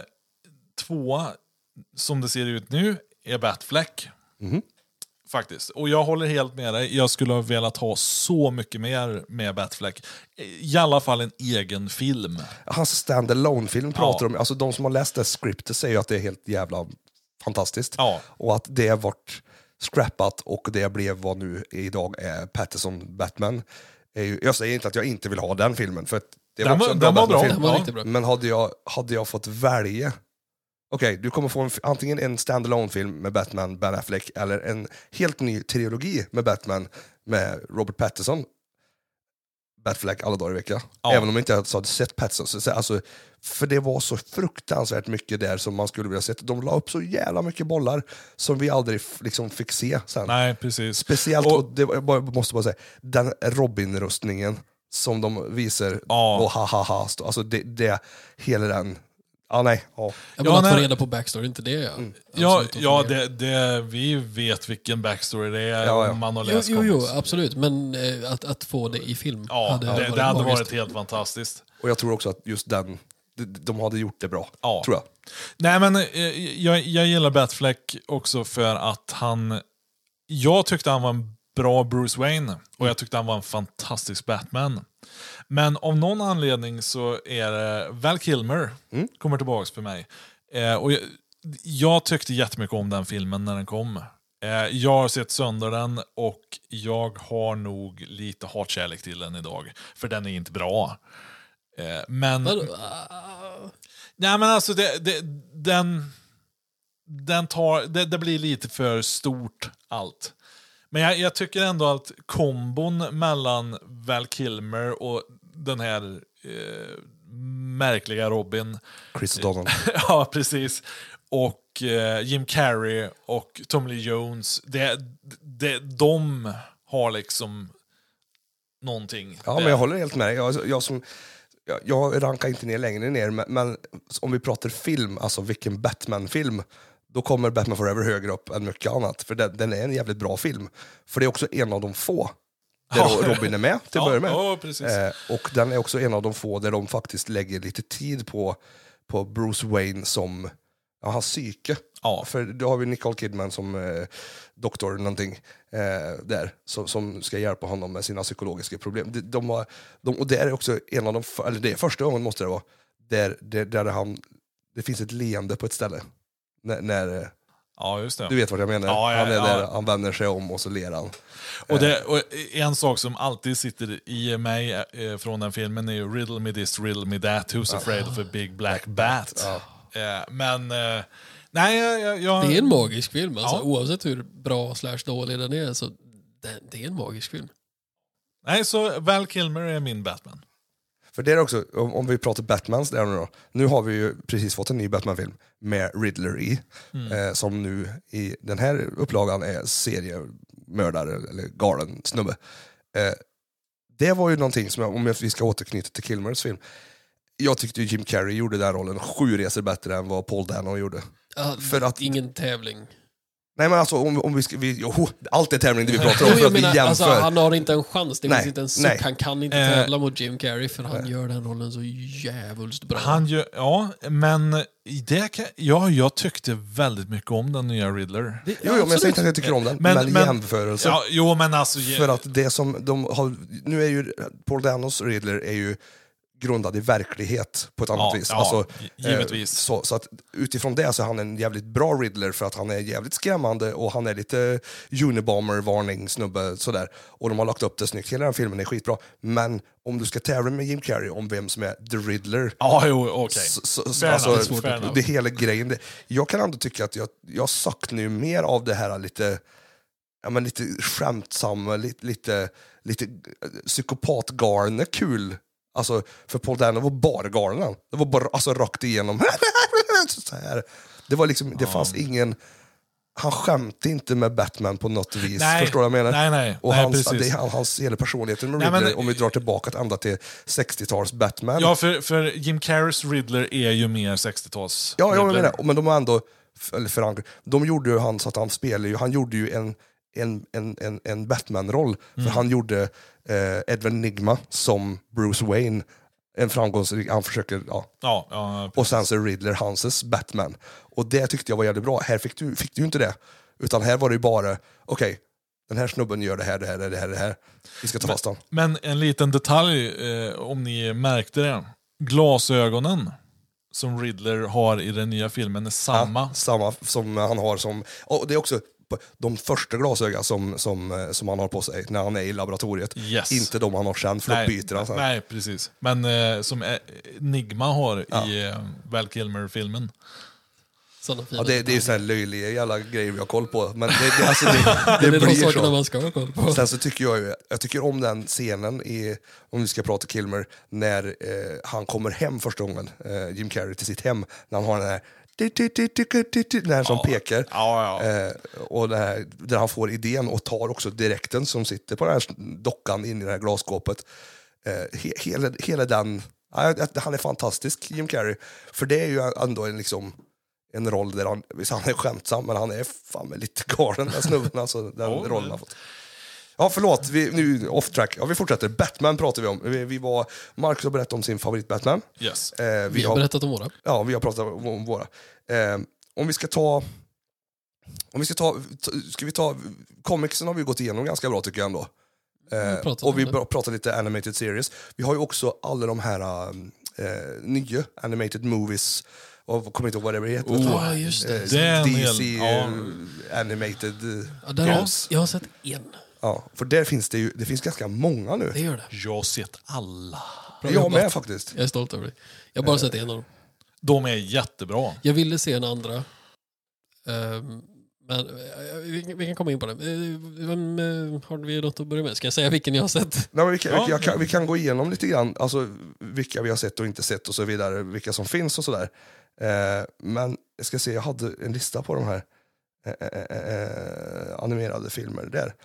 tvåa, som det ser ut nu, är Batfleck. Mhm. Faktiskt. Och jag håller helt med dig. Jag skulle ha velat ha så mycket mer med Batfleck. I alla fall en egen film. Hans stand-alone-film pratar Ja. om, alltså de som har läst det scriptet säger att det är helt jävla fantastiskt. Ja. Och att det har varit scrappat och det blev vad nu idag är Pattinson Batman. Är ju, jag säger inte att jag inte vill ha den filmen, för att det var Den också var- en bra den var bra. Batman-film. Den var Ja. riktigt bra. Men hade jag, hade jag fått välja, okej, du kommer få en, antingen en stand-alone-film med Batman, Ben Affleck, eller en helt ny trilogi med Batman med Robert Pattinson. Batfleck alla dagar i veckan. Ja. Även om jag inte hade sett Pattinson. Så, så, alltså, för det var så fruktansvärt mycket där som man skulle vilja se. De la upp så jävla mycket bollar som vi aldrig f- liksom fick se sen. Nej, precis. Speciellt, Och- och det, jag bara- måste bara säga, den Robin-rustningen som de visar, Ja. och ha ha ha, stå- alltså det, det hela den, ja nej, ja. Jag vill Ja, att få nej. reda på backstory, inte det. Ja, Ja, Absolut, ja inte det, det, vi vet vilken backstory det är Ja, ja. om man har Jo, läst jo, jo, comics. absolut. Men eh, att, att få det i film Ja, hade det, varit det hade magiskt. varit helt fantastiskt. Och jag tror också att just den, de, de hade gjort det bra, Ja. tror jag. Nej, men eh, jag, jag gillar Batfleck också för att han... Jag tyckte han var en bra Bruce Wayne och jag tyckte han var en fantastisk Batman. Men av någon anledning så är det Val Kilmer Mm. kommer tillbaks för mig. Eh, och jag, jag tyckte jättemycket om den filmen när den kom. Eh, jag har sett sönder den och jag har nog lite hatkärlek till den idag. För den är inte bra. Eh, men... Vadå? Ah, Nej, men alltså det, det, den, den tar, det, det blir lite för stort allt. Men jag, jag tycker ändå att kombon mellan Val Kilmer och den här eh, märkliga Robin, Chris O'Donnell. ja precis, och eh, Jim Carrey och Tommy Lee Jones, det, det, de har liksom någonting. Ja, där. men jag håller helt med dig. Jag, jag, som, jag, jag rankar inte ner längre ner, men, men om vi pratar film, alltså vilken Batman-film, då kommer Batman Forever högre upp än mycket annat. För den, den är en jävligt bra film. För det är också en av de få där Ja. Robin är med till att Ja, börja med. ja, precis. Eh, och den är också en av de få där de faktiskt lägger lite tid på, på Bruce Wayne som ja, hans psyke. Ja. För då har vi Nicole Kidman som eh, doktor någonting eh, där, som, som ska hjälpa honom med sina psykologiska problem. De, de har, de, och det är också en av de, f- eller det är första gången måste det vara, där, där, där han, det finns ett leende på ett ställe. När, när Ja, just det. du vet vad jag menar. Ja, ja, han är ja. där, han vänder sig om och så ler han. Och, det, och en sak som alltid sitter i mig eh, från den filmen är ju riddle me this, riddle me that, who's afraid of a big black bat. Eh, men eh, nej, jag... jag, jag det är en magisk film. Alltså, Ja. Oavsett hur bra slash dålig den är, så det, det är en magisk film. nej, så Val Kilmer är min Batman. För det är också, om, om vi pratar Batmans där nu då. Nu har vi ju precis fått en ny Batman-film med Riddler i. Eh, som nu i den här upplagan är seriemördare eller galen snubbe. Eh, det var ju någonting som, jag, om vi ska återknyta till Kilmers film. Jag tyckte Jim Carrey gjorde den rollen sju resor bättre än vad Paul Dano gjorde. Ja, För att- ingen tävling. Nej men alltså, om, om vi ska... Vi, jo, allt är tävling det vi pratar om Jo, för jag att vi menar, jämför. alltså, han har inte en chans, det Nej, finns inte en suck. nej. Han kan inte Eh, tävla mot Jim Carrey för han gör den rollen så jävligt bra. Han gör, ja, men i det kan, ja, jag tyckte väldigt mycket om den nya Riddler. Det- Jo, jo, men jag säger inte att jag tycker om den, men, Men- men- jämförelse. Ja, jo, men alltså... För att det som de har... Nu är ju Paul Danos Riddler är ju grundad i verklighet på ett annat Ja, vis. ja, Alltså, givetvis. eh, så, så att utifrån det så är han en jävligt bra Riddler för att han är jävligt skrämmande och han är lite Unabomber-varning snubbe sådär. Och de har lagt upp det snyggt. Hela den filmen är skitbra. Men om du ska tävla med Jim Carrey om vem som är The Riddler, Ja, jo, okej. så, så, så, Fair alltså, enough, svårt fair att- enough. det hela grejen. Det, jag kan ändå tycka att jag, jag saknar ju mer av det här lite, ja, men lite skämtsamma, lite, lite, lite psykopatgalna kul. Alltså, för Paul Dano var bara galen. Det var bara alltså, rakt igenom. Så här. Det var liksom, det fanns ingen... Han skämte inte med Batman på något vis. Nej, Förstår du vad jag menar? nej, nej, Och nej, hans, precis. det är hans hela personligheten med Nej, Riddler, men- om vi drar tillbaka ända till sextio-tals Batman. Ja, för, för Jim Carreys Riddler är ju mer sextio-tals Ja, jag Riddler. menar, men de har ändå eller förankrat. De gjorde ju han så att han spelade ju, han gjorde ju en en, en, en, en Batman-roll. Mm. För han gjorde eh, Edward Nygma som Bruce Wayne. En framgångsrik, han försöker, ja. Ja, ja, Och sen så är Riddler Hanses Batman. Och det tyckte jag var jävligt bra. Här fick du, fick du inte det. Utan här var det ju bara, okej, okay, den här snubben gör det här, det här, det här, det här. Vi ska ta fast honom. Men en liten detalj, eh, om ni märkte det. Glasögonen som Riddler har i den nya filmen är samma. Ja, samma som han har som... Och det är också de första glasögon som, som, som han har på sig när han är i laboratoriet. Yes. Inte de han har sen, för då byter han sen. Nej, precis. Men eh, som eh, Nigma har ja. i eh, Val Kilmer-filmen. Sådana fina Ja, det, det är ju sådana löjliga jävla grejer vi har koll på. Men det, det, alltså det, det, det är de blir sakerna så. man ska ha koll på. Sen så tycker jag ju, jag tycker om den scenen i, om vi ska prata Kilmer, när eh, han kommer hem första gången, eh, Jim Carrey till sitt hem, när han har den här den här som Ja. pekar. Ja, ja. Eh, och det här, där han får idén och tar också direkten som sitter på den här dockan in i det här glasskåpet. Eh, he, hela, hela den, ja, han är fantastisk, Jim Carrey. För det är ju ändå en, liksom, en roll där han, visst han är skämtsam, men han är fan med lite galen, den snubben, alltså, den Ja, rollen har fått. Ja, förlåt, vi, nu off track. Ja, vi fortsätter. Batman pratar vi om. Vi, vi var, Marcus har berättat om sin favorit Batman. Yes. Eh, Vi har berättat om våra. Ja, vi har pratat om, om våra. Eh, om vi ska ta... Om vi ska ta... Ska vi ta... Comicsen har vi gått igenom ganska bra tycker jag ändå. Eh, pratat och om vi det. bra- pratar lite animated series. Vi har ju också alla de här eh, nya animated movies. Och kommer inte ihåg vad det heter. Oh, ja, just det. Eh, Det är en D C hel- ja. eh, animated... eh, Ja, där har, films. jag har sett en. Ja, för där finns det ju... Det finns ganska många nu. Det gör det. Jag har sett alla. Bra Jag jobbat. med faktiskt. Jag är stolt över det. Jag har bara sett en av dem. De är jättebra. Jag ville se en andra. Ehm, men eh, vi, vi kan komma in på det. Eh, Vem, eh, har vi något att börja med? Ska jag säga vilken jag har sett? Nej, men vi, kan, Ja. vi, jag kan, vi kan gå igenom lite grann, alltså, vilka vi har sett och inte sett och så vidare, vilka som finns och sådär. Eh, men jag ska se, jag hade en lista på de här eh, eh, eh, animerade filmer där.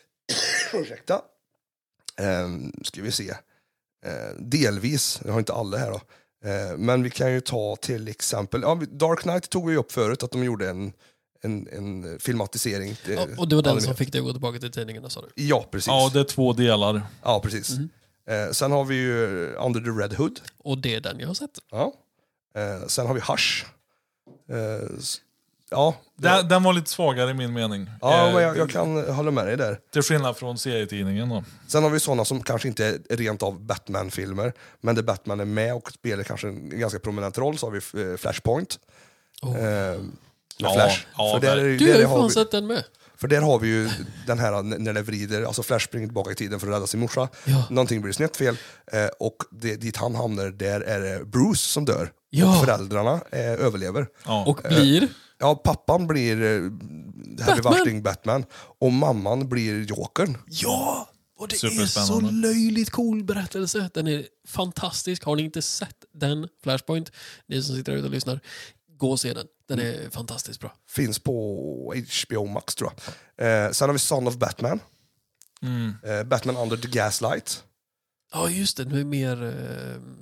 Ursäkta. Eh, ska vi se. Eh, delvis, jag har inte alla här då. Eh, men vi kan ju ta till exempel, ja, Dark Knight tog vi upp förut, att de gjorde en, en, en filmatisering. Det- Ja, och det var den animerad. som fick dig att gå tillbaka till tidningarna, sa du? Ja, precis. Ja, det är två delar. Ja, precis. Eh, sen har vi ju Under the Red Hood. Och det är den jag har sett. Ja. Eh, sen har vi Hush. Eh, s- ja, Den, den var lite svagare i min mening. ja Eh, men jag, jag kan hålla med dig där. Till skillnad från serietidningen då. Sen har vi sådana som kanske inte är rent av Batman-filmer, men där Batman är med och spelar kanske en ganska prominent roll, så har vi eh, Flashpoint. Oh. Eh, med Ja, Flash. ja, för, där är, Du, där jag har ju har fan vi, sett den med. för där har vi ju den här n- när det vrider, alltså Flash springer tillbaka i tiden för att rädda sin morsa. Ja. Någonting blir snett fel, eh, och det, dit han hamnar, där är det Bruce som dör. Ja. Och föräldrarna eh, överlever. Ja. Och blir... Ja, pappan blir eh, Harvey Batman. Weinstein Batman och mamman blir Jokern. Ja! Och det är så Superspännande. löjligt cool berättelse. Den är fantastisk. Har ni inte sett den, Flashpoint, ni som sitter där ute och lyssnar, gå och se den. Den är fantastiskt bra. Finns på H B O Max tror jag. Eh, sen har vi Son of Batman. Mm. Eh, Batman Under the Gaslight. Ja, just det. Nu är mer... eh,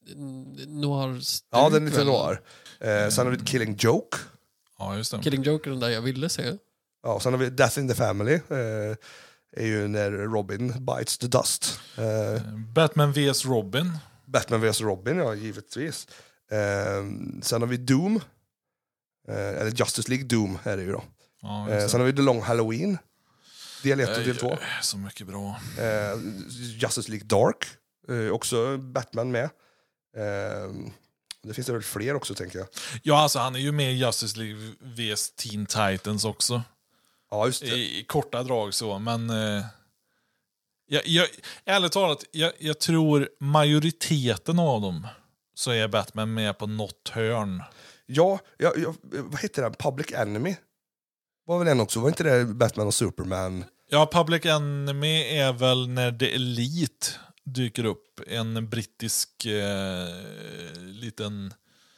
noir. Ja, den är lite noir. Eh, sen har vi Killing Joke. Ja, just det. Killing Joke är den där jag ville se. Ja, sen har vi Death in the Family. Eh, är ju när Robin bites the dust. Eh, Batman vs Robin. Batman vs Robin, ja, givetvis. Eh, sen har vi Doom. Eh, eller Justice League Doom är det ju då. Ja, Eh, sen har vi The Long Halloween. Del ett och del två. Så mycket bra. Eh, Justice League Dark. Eh, också Batman med. Eh, det finns det väl fler också, tänker jag. Ja, alltså han är ju med i Justice League vs Teen Titans också. Ja, just det. I, i korta drag så, men... Eh, jag, jag, ärligt talat, jag, jag tror majoriteten av dem så är Batman med på något hörn. Ja, ja, ja, vad heter den? Public Enemy? Var väl den också? Var inte det Batman och Superman? Ja, Public Enemy är väl när The Elite dyker upp. En brittisk eh, liten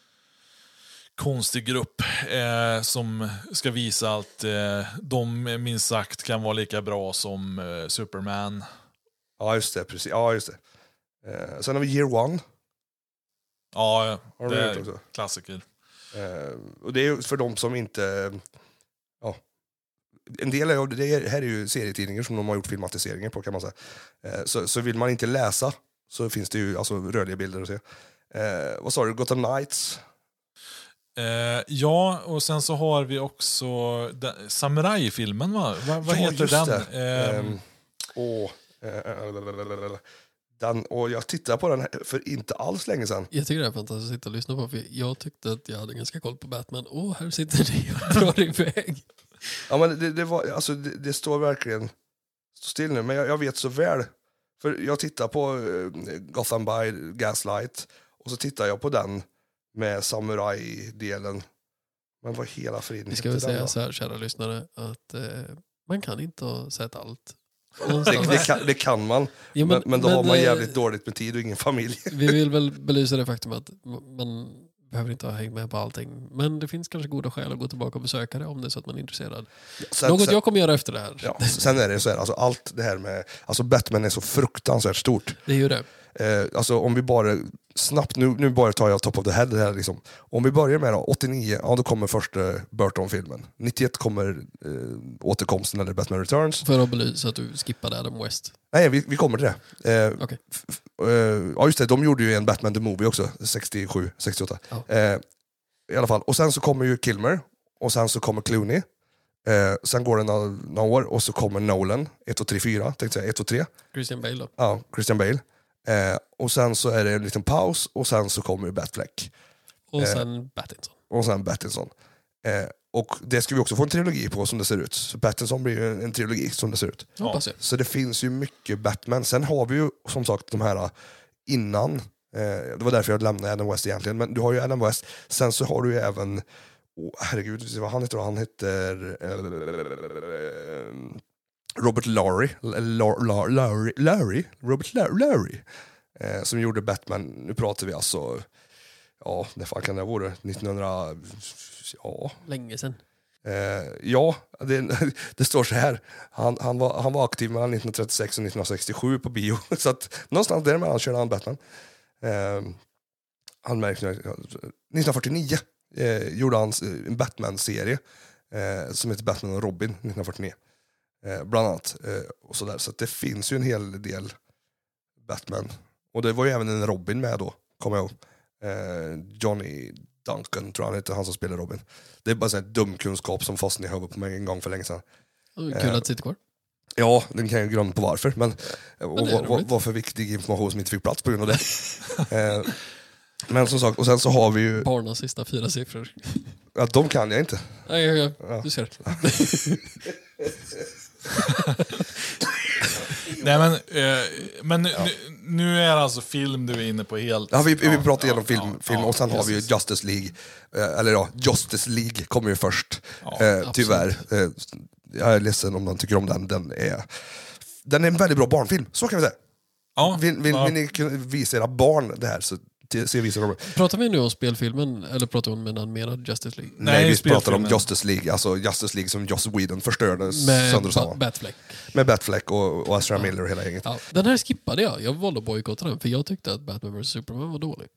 konstig grupp eh, som ska visa att eh, de minst sagt kan vara lika bra som eh, Superman. Ja, just det. Precis. Ja, just det. Eh, sen har vi Year One. Ja, Har det du är hört också? klassiker. Eh, och det är ju för de som inte... Ja, en del av det är, här är ju serietidningar som de har gjort filmatiseringar på, kan man säga. Eh, så, så vill man inte läsa så finns det ju alltså rörliga bilder att se. Eh, vad sa du? Gotham Knights? Eh, ja, och sen så har vi också den, Samurai-filmen, va? Va, vad Ja, heter just den? det. Eh, Ehm, och, eh, den, och jag tittade på den här för inte alls länge sedan. Jag tycker det är fantastiskt att sitta och lyssna på, för jag tyckte att jag hade ganska koll på Batman. Åh, här sitter ni och drar iväg. Ja, men det, det, var, alltså, det, det står verkligen stå still nu, men jag, jag vet så väl. För jag tittar på uh, Gotham by Gaslight och så tittar jag på den med samurai-delen. Men vad hela friden Vi ska heter väl den säga då? så här, kära lyssnare, att eh, man kan inte ha sett allt. Det, det, kan, det kan man, Ja, men, men då har man eh, jävligt dåligt med tid och ingen familj. Vi vill väl belysa det faktum att man behöver inte ha hängt med på allting. Men det finns kanske goda skäl att gå tillbaka och besöka det om det är så att man är intresserad. Sen, Något sen, jag kommer göra efter det här. ja, sen är det så här, alltså allt det här med, alltså Batman är så fruktansvärt stort. Det är ju det. Eh, alltså om vi bara snabbt, nu, nu bara tar jag top of the head det här liksom. Om vi börjar med då, åttionio, ja då kommer första Burton-filmen. nittioett kommer eh, återkomsten eller Batman Returns. För att belysa att du skippade Adam West. Nej, vi, vi kommer till det. Eh, Okej. f- f- eh, ja just det, de gjorde ju en Batman the Movie också, sextiosju, sextioåtta. Ja. Eh, I alla fall, och sen så kommer ju Kilmer, och sen så kommer Clooney. Eh, sen går det några, några år, och så kommer Nolan, ett, två, tre, fyra, tänkte jag säga, ett, två, tre. Christian Bale då. Ja, Christian Bale. Eh, och sen så är det en liten paus och sen så kommer ju Batfleck. Och Eh. sen Pattinson. Och sen Pattinson. Eh, och det ska vi också få en trilogi på som det ser ut. Så Pattinson blir ju en, en trilogi som det ser ut. Ja. Hoppas jag. Så det finns ju mycket Batman. Sen har vi ju som sagt de här innan. Eh, det var därför jag lämnade Adam West egentligen. Men du har ju Adam West. Sen så har du ju även... Oh, herregud, vad han heter då? Han heter... Eh, Robert Lowry. Lowry. Lowry. Lowry. Robert Lowry. Eh, som gjorde Batman. Nu pratar vi alltså... Ja, när fan kan det vara? nittonhundra... Ja... Länge sedan. Eh, ja, det, det står så här. Han, han, var, han var aktiv mellan nittonhundratrettiosex och nittonhundrasextiosju på bio. Så att någonstans däremellan körde han Batman. Eh, han märkte, nittonhundrafyrtionio eh, gjorde han en Batman-serie eh, som heter Batman och Robin nittonhundrafyrtionio. Eh, bland annat. Eh, och så där. Så att det finns ju en hel del Batman. Och det var ju även en Robin med då, kommer jag ihåg. Eh, Johnny Duncan tror jag han heter, han som spelar Robin. Det är bara sån här dum kunskap som fastnade i huvudet på mig en gång för länge sedan. Kul Eh. att sitta kvar. Ja, den kan jag grunna på varför. Men, och, Men det är vad, vad, roligt. vad för viktig information som inte fick plats på grund av det. eh, men som sagt, och sen så har vi ju... Barnas sista fyra siffror. Ja, de kan jag inte. Nej, ja, ja. Ja. Du ser. Nej, men, eh, men nu, nu, nu är det alltså film du är inne på helt... Ja, vi, vi Ja, pratar igenom ja, film, ja, film ja, och sen har vi ju precis. Justice League. Eh, eller ja, Justice League kommer ju först. Ja, eh, tyvärr. Eh, jag är ledsen om man tycker om den. Den är, den är en väldigt bra barnfilm, så kan vi säga. Ja, Vill, vill, ja. vill ni kunna visa era barn det här så se vissa Robert. Pratar vi nu om spelfilmen eller pratar vi om en animerad Justice League? Nej, Nej, vi pratar om spelfilmen. Justice League, alltså Justice League som Joss Whedon förstörde Med sönder och samman. Batfleck. Med Batfleck och, och Ezra Miller och hela gänget. Ja, den här skippade jag. Jag valde att bojkotta den för jag tyckte att Batman versus. Superman var dålig.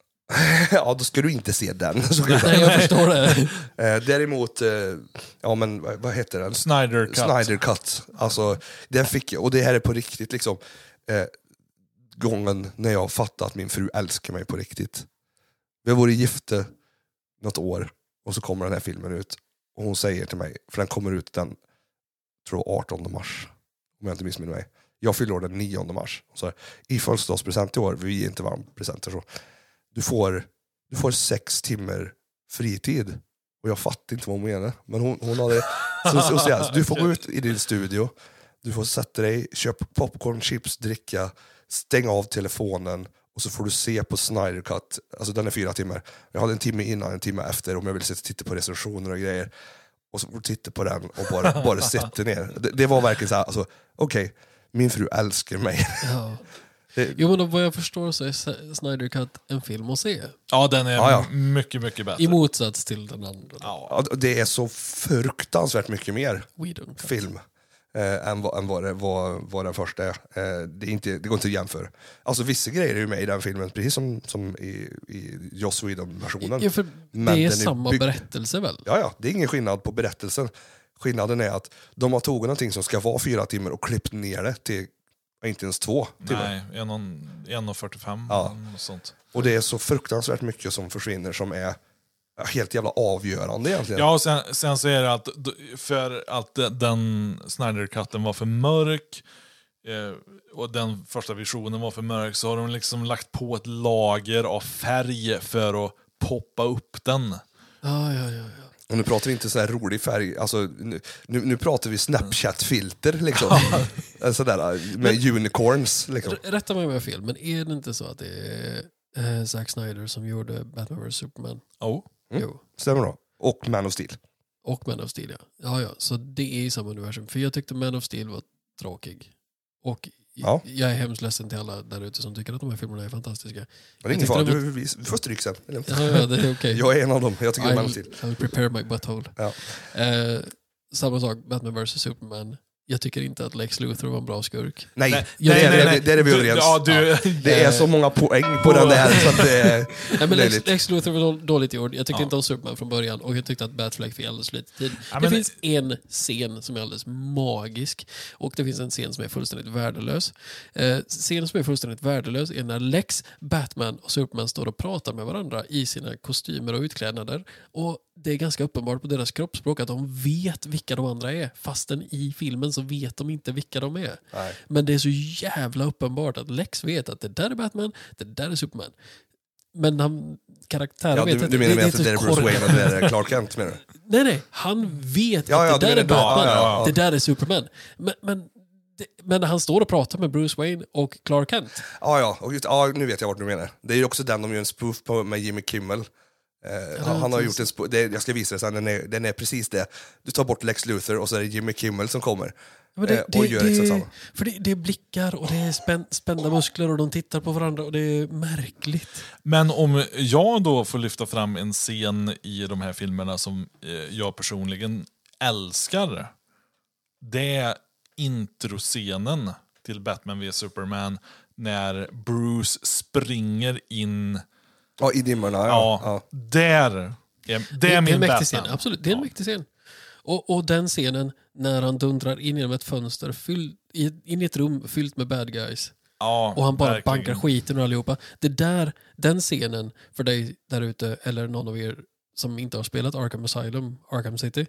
Ja, då ska du inte se den. Nej, jag förstår det. Eh, däremot, eh, ja men vad, vad heter den? Snyder Cut. Snyder Cut. Alltså, den fick jag, och det här är på riktigt liksom, eh, gången när jag fattat att min fru älskar mig på riktigt. Vi har varit gifta något år och så kommer den här filmen ut och hon säger till mig, för den kommer ut den tror jag, artonde mars, om jag inte missminner mig. Jag fyller år den nionde mars. Så i födelsedagspresent i år, vi ger inte varm presenter så. Du får, du får sex timmar fritid. Och jag fattar inte vad hon menar. Men hon, hon hade... Så, så, så, så, du får gå ut i din studio. Du får sätta dig, köpa popcorn, chips, dricka. Stänga av telefonen. Och så får du se på Snyder Cut. Alltså den är fyra timmar. Jag hade en timme innan, en timme efter. Om jag vill titta på recensioner och grejer. Och så får du titta på den och bara, bara sätta ner. Det, det var verkligen så här, alltså, okej, okay, min fru älskar mig. Ja. Det, Jo, men vad jag förstår så är Snyder Cut en film att se. Ja, den är Ja, ja. mycket, mycket bättre. I motsats till den andra. Ja. ja, det är så fruktansvärt mycket mer Whedon Cut. film eh, än, vad, än vad, det, vad, vad den första är. Eh, det, är inte, det går inte att jämföra. Alltså vissa grejer är ju med i den filmen, precis som, som i, i Joss Whedon-versionen. Ja, för Men det är den är samma byggd- berättelse väl? Ja, ja, det är ingen skillnad på berättelsen. Skillnaden är att de har tagit någonting som ska vara fyra timmar och klippt ner det till inte ens två timmar. Nej, en och fyrtiofem. Ja. Och sånt. Och det är så fruktansvärt mycket som försvinner som är helt jävla avgörande egentligen. Ja, och sen, sen så är det att för att den Snyder-cutten var för mörk eh, och den första visionen var för mörk så har de liksom lagt på ett lager av färg för att poppa upp den. Ja, ja, ja. ja. Och nu pratar vi inte så här rolig färg, alltså, nu, nu, nu pratar vi Snapchat-filter liksom. Sådär, med unicorns liksom. R- Rätta mig om jag har fel, men är det inte så att det är eh, Zack Snyder som gjorde Batman versus. Superman? Oh. Mm. Jo. Stämmer då. Och Man of Steel. Och Man of Steel, ja. Ja, ja. Så det är i samma universum. För jag tyckte Man of Steel var tråkig. Och Ja. jag är hemskt ledsen till alla där ute som tycker att de här filmerna är fantastiska. Men det är ingen Jag fara, tyckte du, du får stryk sen. Ja, ja, det är okej. Jag är en av dem, jag tycker Man of Steel. I'll, I'll prepare my butthole. Ja. Eh, samma sak, Batman versus. Superman. Jag tycker inte att Lex Luthor var en bra skurk. Nej, Nej, det, nej, är, nej, det, nej. det är vi Du- överens. ja, du- Det är så många poäng på den där så att det är Nej, men Lex, löjligt. Lex Luthor var då- dåligt gjord. Jag tyckte Ja. inte om Superman från början och jag tyckte att Batfleck fick alldeles lite tid. Ja, det men- finns en scen som är alldeles magisk och det finns en scen som är fullständigt värdelös. Eh, scenen som är fullständigt värdelös är när Lex, Batman och Superman står och pratar med varandra i sina kostymer och utklädnader. Och det är ganska uppenbart på deras kroppsspråk att de vet vilka de andra är. Fastän i filmen så vet de inte vilka de är. Nej. Men det är så jävla uppenbart att Lex vet att det där är Batman, det där är Superman. Men han, karaktären Ja, vet du, att du menar med att inte det är så Bruce korkat. Wayne och det är Clark Kent menar du? Nej, nej. Han vet Ja, ja, att du det där är menar- Batman, ja, ja, ja. det där är Superman. Men, men, det, men han står och pratar med Bruce Wayne och Clark Kent. Ja, ja, och just, ja, nu vet jag vad du menar. Det är ju också den de gör en spoof på med Jimmy Kimmel. Eh, han, han har gjort en spoof, det, jag ska visa det sen, den är, den är precis det. Du tar bort Lex Luthor och så är det Jimmy Kimmel som kommer. Men det, Eh, och det, gör det, exakt samma. För det, det är blickar och det är spän, spända muskler och de tittar på varandra och det är märkligt. Men om jag då får lyfta fram en scen i de här filmerna som eh, jag personligen älskar. Det är introscenen till Batman v Superman när Bruce springer in. Ja, i dimmorna. Ja, Ja, ja. där är, det är Det är min en mäktig Batman. scen, absolut. Det är en Ja. mäktig scen. Och, och den scenen när han dundrar in genom ett fönster, fyll, i, in i ett rum fyllt med bad guys. Ja, Och han bara verkligen. bankar skiten ur allihopa. Det där, den scenen, för dig där ute, eller någon av er som inte har spelat Arkham Asylum, Arkham City,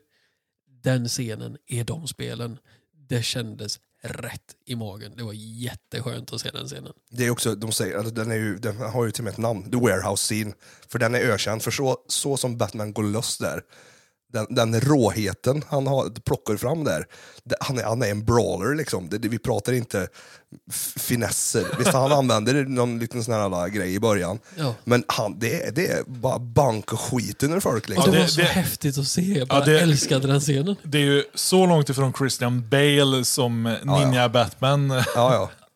den scenen är de spelen. Det kändes rätt i magen. Det var jätteskönt att se den scenen. Det är också, de säger, alltså, den, är ju, den har ju till och med ett namn, The Warehouse Scene. För den är ökänd, för så, så som Batman går loss där. Den, den råheten han har, plockar fram där. Det, han, är, han är en brawler liksom. Det, det, vi pratar inte f- finesser. Visst, han använder någon liten sån här grej i början. Ja. Men han, det, är, det är bara bank och skit under folk Och liksom. det, det- var så det- häftigt att se. Jag bara Ja, det- älskade den scenen. Det är ju så långt ifrån Christian Bale som Ninja ja. Batman. Ja, ja.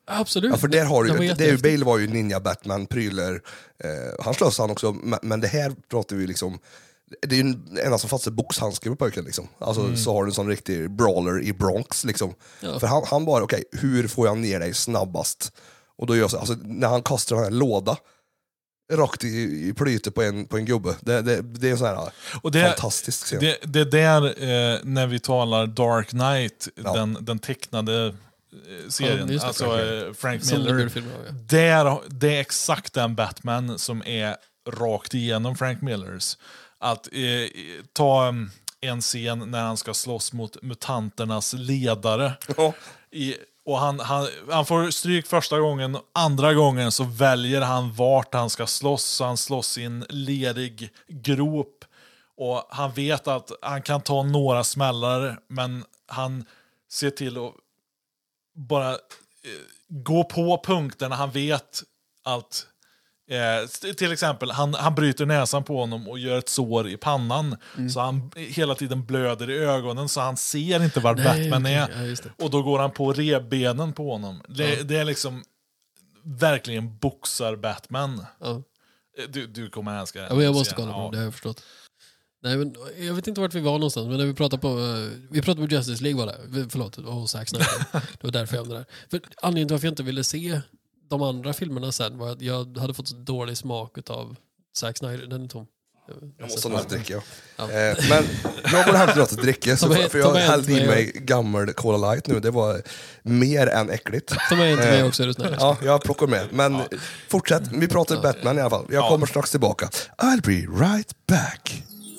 Absolut. Ja, för där har du, Den var det, det är ju, jättehäftig. Bale var ju ninja, Batman, pryler. Eh, han slös han också, men, men det här pratar vi liksom... Det är ju en enda som fattar boxhandskar med pojken liksom. Alltså Mm. så har du en sån riktig brawler i Bronx liksom. Ja. För han, han bara, okej, hur får jag ner dig snabbast? Och då gör jag så, alltså när han kastar den här låda rakt i, i plytet på en, på en gubbe. Det, det, det är en sån här Och det, fantastisk scen. det, det där, eh, när vi talar Dark Knight, Ja. den, den tecknade eh, serien, Ja, just det, alltså Frank eh, Frank Som Miller. Miller filmer, ja. Där, det är exakt den Batman som är rakt igenom Frank Millers. Att eh, ta um, en scen när han ska slåss mot mutanternas ledare. Ja. I, och han, han, han får stryk första gången, andra gången så väljer han vart han ska slåss. Så han slåss i en ledig grop. Och han vet att han kan ta några smällar, men han ser till att bara eh, gå på punkterna. Han vet att Eh, till exempel, han, han bryter näsan på honom och gör ett sår i pannan. Mm. Så han hela tiden blöder i ögonen, så han ser inte var Nej, Batman okej. är. Ja, just det. Och då går han på revbenen på honom. Det, Ja. det är liksom verkligen boxar Batman. Ja. Eh, Du, du kommer älska Ja, men jag måste se- kolla på ja. dem, det har jag förstått. Nej, men jag vet inte vart vi var någonstans, men när vi pratade på, eh, vi pratade på Justice League var det. Vi- Förlåt, och Zack Snyder. Det var därför jag ändrade det. För anledningen till varför jag inte ville se de andra filmerna sen var att jag hade fått så dålig smak av Zack Snyder. Den är tom. Jag måste nog dricka, ja. Ja. Eh, men jag går hem till något att dricka, så Ta med- för ta jag med en hällde till i mig. mig gammal Cola Light nu. Det var mer än äckligt. Ta med en till mig också, är du snäll. Ja, jag plockar med. Men fortsätt, vi pratar Batman i alla fall. Jag Ja. kommer strax tillbaka. I'll be right back.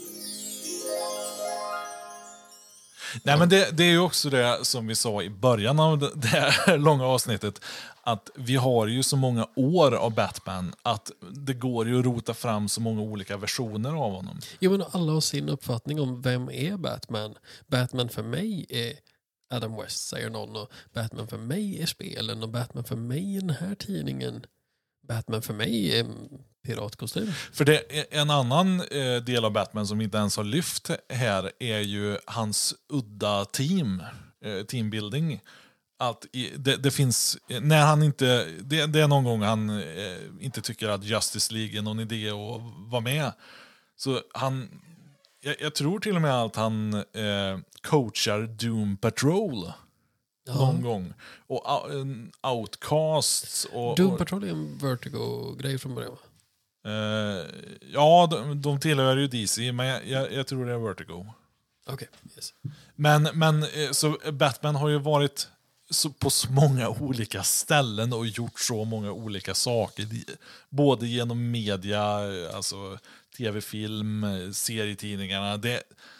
Nej, men det, det är ju också det som vi sa i början av det, det här långa avsnittet, att vi har ju så många år av Batman att det går ju att rota fram så många olika versioner av honom. Jo, men alla har sin uppfattning om vem är Batman. Batman för mig är Adam West, säger någon. Och Batman för mig är spelen. Och Batman för mig är den här tidningen. Batman för mig är piratkostym. För det är en annan eh, del av Batman som vi inte ens har lyft här är ju hans udda team, eh, teambuilding. Att i, det, det finns, när han inte, det, det är någon gång han eh, inte tycker att Justice League är någon idé att vara med. Så han, jag, jag tror till och med att han eh, coachar Doom Patrol någon gång. Och uh, Outcasts. Och, Doom och, Patrol är en Vertigo-grej från början, va? eh, ja, de, de tillhör ju D C, men jag, jag, jag tror det är Vertigo. Okej, yes. Men, men eh, så Batman har ju varit så, på så många olika ställen och gjort så många olika saker. i- Både genom media, alltså tv-film, eh, serietidningarna. Det,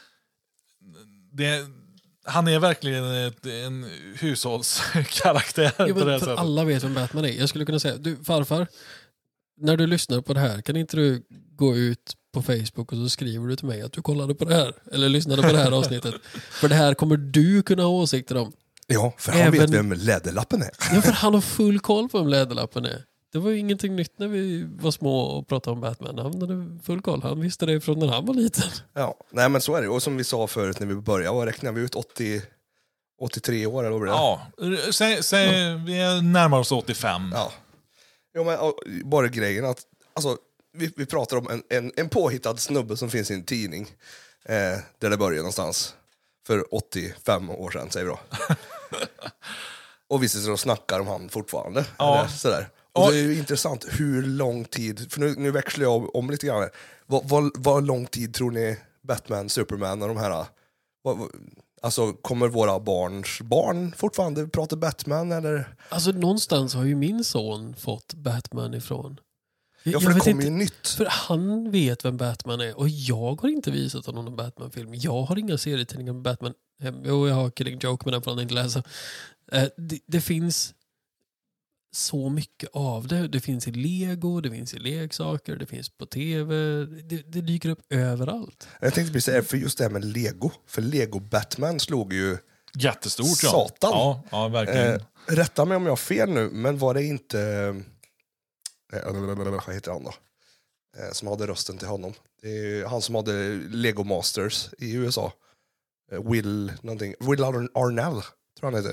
det, han är verkligen ett, en hushållskaraktär Jo, på det här men för sättet. alla vet vem Batman är. Jag skulle kunna säga, du farfar, när du lyssnar på det här, kan inte du gå ut på Facebook och så skriver du till mig att du kollade på det här, eller lyssnade på det här avsnittet. För det här kommer du kunna ha åsikter om. Ja, för han Även- vet vem läderlappen är. Ja, för han har full koll på vem Läderlappen är. Det var ju ingenting nytt när vi var små och pratade om Batman. Han hade full koll. Han visste det från när han var liten. Ja, nej men så är det. Och som vi sa förut när vi började, vad räknar vi ut? åttio, åttiotre år eller vad blir det? Ja, säg, säg, vi är närmare oss åttiofem. Ja. Jo, men och, bara grejen att, alltså, vi, vi pratar om en, en, en påhittad snubbe som finns i en tidning, eh, där det började någonstans för åttiofem år sedan, säger vi då. Och vi sitter och snackar om han fortfarande. Ja. Eller, sådär. Och Ja. det är ju intressant hur lång tid, för nu, nu växlar jag om lite grann här. Vad, vad, vad lång tid tror ni Batman, Superman och de här, vad, vad, alltså kommer våra barns barn fortfarande prata Batman eller? Alltså någonstans har ju min son fått Batman ifrån. Jag, Ja, för jag det vet kommer inte, ju nytt. för han vet vem Batman är och jag har inte visat honom någon Batman-film. Jag har inga serietidningar med Batman. hem. Jo, jag har Killing Joke, men den får han inte läsa. Eh, det, det finns så mycket av det. Det finns i Lego, det finns i leksaker, det finns på tv. Det, det dyker upp överallt. Jag tänkte precis säga, för just det här med Lego. För Lego Batman slog ju... Jättestort, ja. Satan. Ja, ja verkligen. Eh, rätta mig om jag har fel nu, men var det inte... Eh, vad heter han då? Eh, som hade rösten till honom. Det är han som hade Lego Masters i U S A. Eh, Will, någonting. Will Ar- Arnell, tror han heter.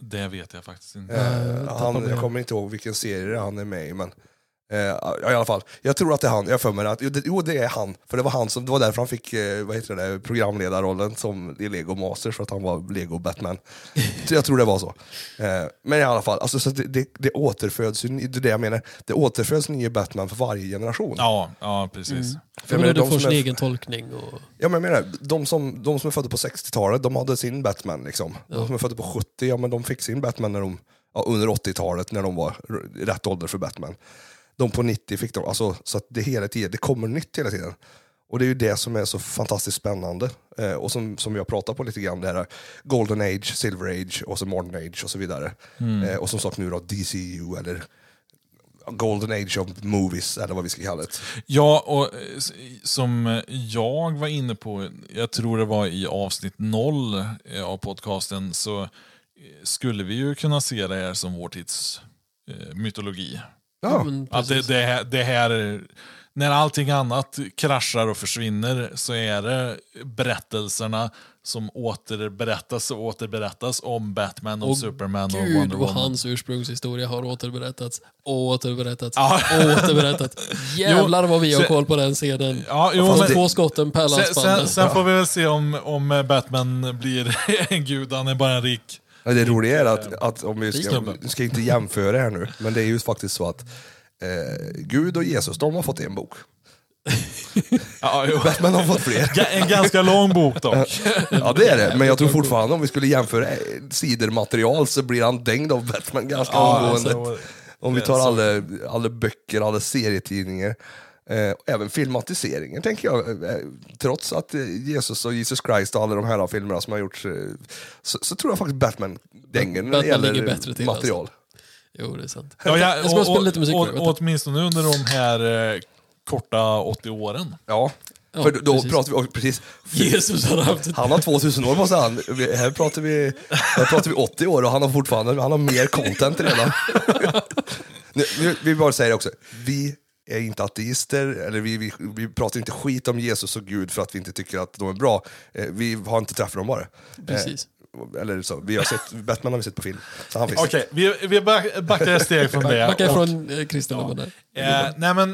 Det vet jag faktiskt inte. Eh, han, jag kommer inte ihåg vilken serie han är med i, men eh, ja, i alla fall. Jag tror att det är han. Jag för mig att, jo, det, jo, det är han. För det var han som, det var därför han fick eh, vad heter det, programledarrollen som i Lego Masters, för att han var Lego Batman. Så jag tror det var så. Eh, men i alla fall, alltså, så det, det, det återföds, det är det jag menar. Det återföds nya Batman för varje generation. Ja, ja precis. Mm. För jag menar, de får sin är, egen tolkning. Och... Ja, men jag menar, de som, de som är födda på sextiotalet, de hade sin Batman liksom. Ja. De som är födda på sjuttio, ja men de fick sin Batman när de, ja, under åttiotalet när de var rätt ålder för Batman. De på nittio fick de, alltså, så att det hela tiden, det kommer nytt hela tiden. Och det är ju det som är så fantastiskt spännande. Eh, och som, som jag pratar på lite grann, det här Golden Age, Silver Age och så Modern Age och så vidare. Mm. Eh, och som sagt nu då D C U eller Golden Age of Movies eller vad vi ska kalla det. Ja, och som jag var inne på, jag tror det var i avsnitt noll av podcasten, så skulle vi ju kunna se det här som vår tids eh, mytologi. Ja, att det, det, här, det här, när allting annat kraschar och försvinner, så är det berättelserna som återberättas och återberättas om Batman och, och Superman Gud, och Wonder Woman. Och hans ursprungshistoria har återberättats och återberättats ja. och återberättats. Jävlar vad vi har koll på den scenen. Ja, jo, Fast men, två skotten per sen, sen, sen får vi väl se om, om Batman blir en gud, han är bara en rik. Ja, det roliga är att, att om vi ska, vi ska inte jämföra här nu, men det är ju faktiskt så att eh, Gud och Jesus, de har fått en bok. Ja, Batman har fått fler. En ganska lång bok dock. Ja, det är det, men jag tror fortfarande om vi skulle jämföra sidermaterial så blir han dängd av Batman ganska ja, omgående. Alltså, om vi tar alla, alla böcker, alla serietidningar. Eh, även filmatiseringen tänker jag, eh, trots att eh, Jesus och Jesus Christ och alla de här filmerna som har gjorts, eh, så, så tror jag faktiskt Batman dänger när det gäller bättre till, material. Alltså. Jo, det är sant. Ja, ja, jag ska och, spela lite musik. Och, och, och åtminstone under de här eh, korta åttio åren. Ja, ja för då precis. pratar vi precis. Jesus har haft han har tvåtusen år på sig. Han, här pratar vi här pratar vi åttio år och han har fortfarande han har mer content redan. Nu, vi, vi bara säger också, vi är inte ateister, eller vi, vi, vi pratar inte skit om Jesus och Gud för att vi inte tycker att de är bra. Eh, vi har inte träffat dem bara. Precis. Eh, eller så, vi har sett, Batman har vi sett på film. Okej, okay, vi, vi backar ett steg från det. Backar och, från eh, kristendomen. Ja. Eh, nej men,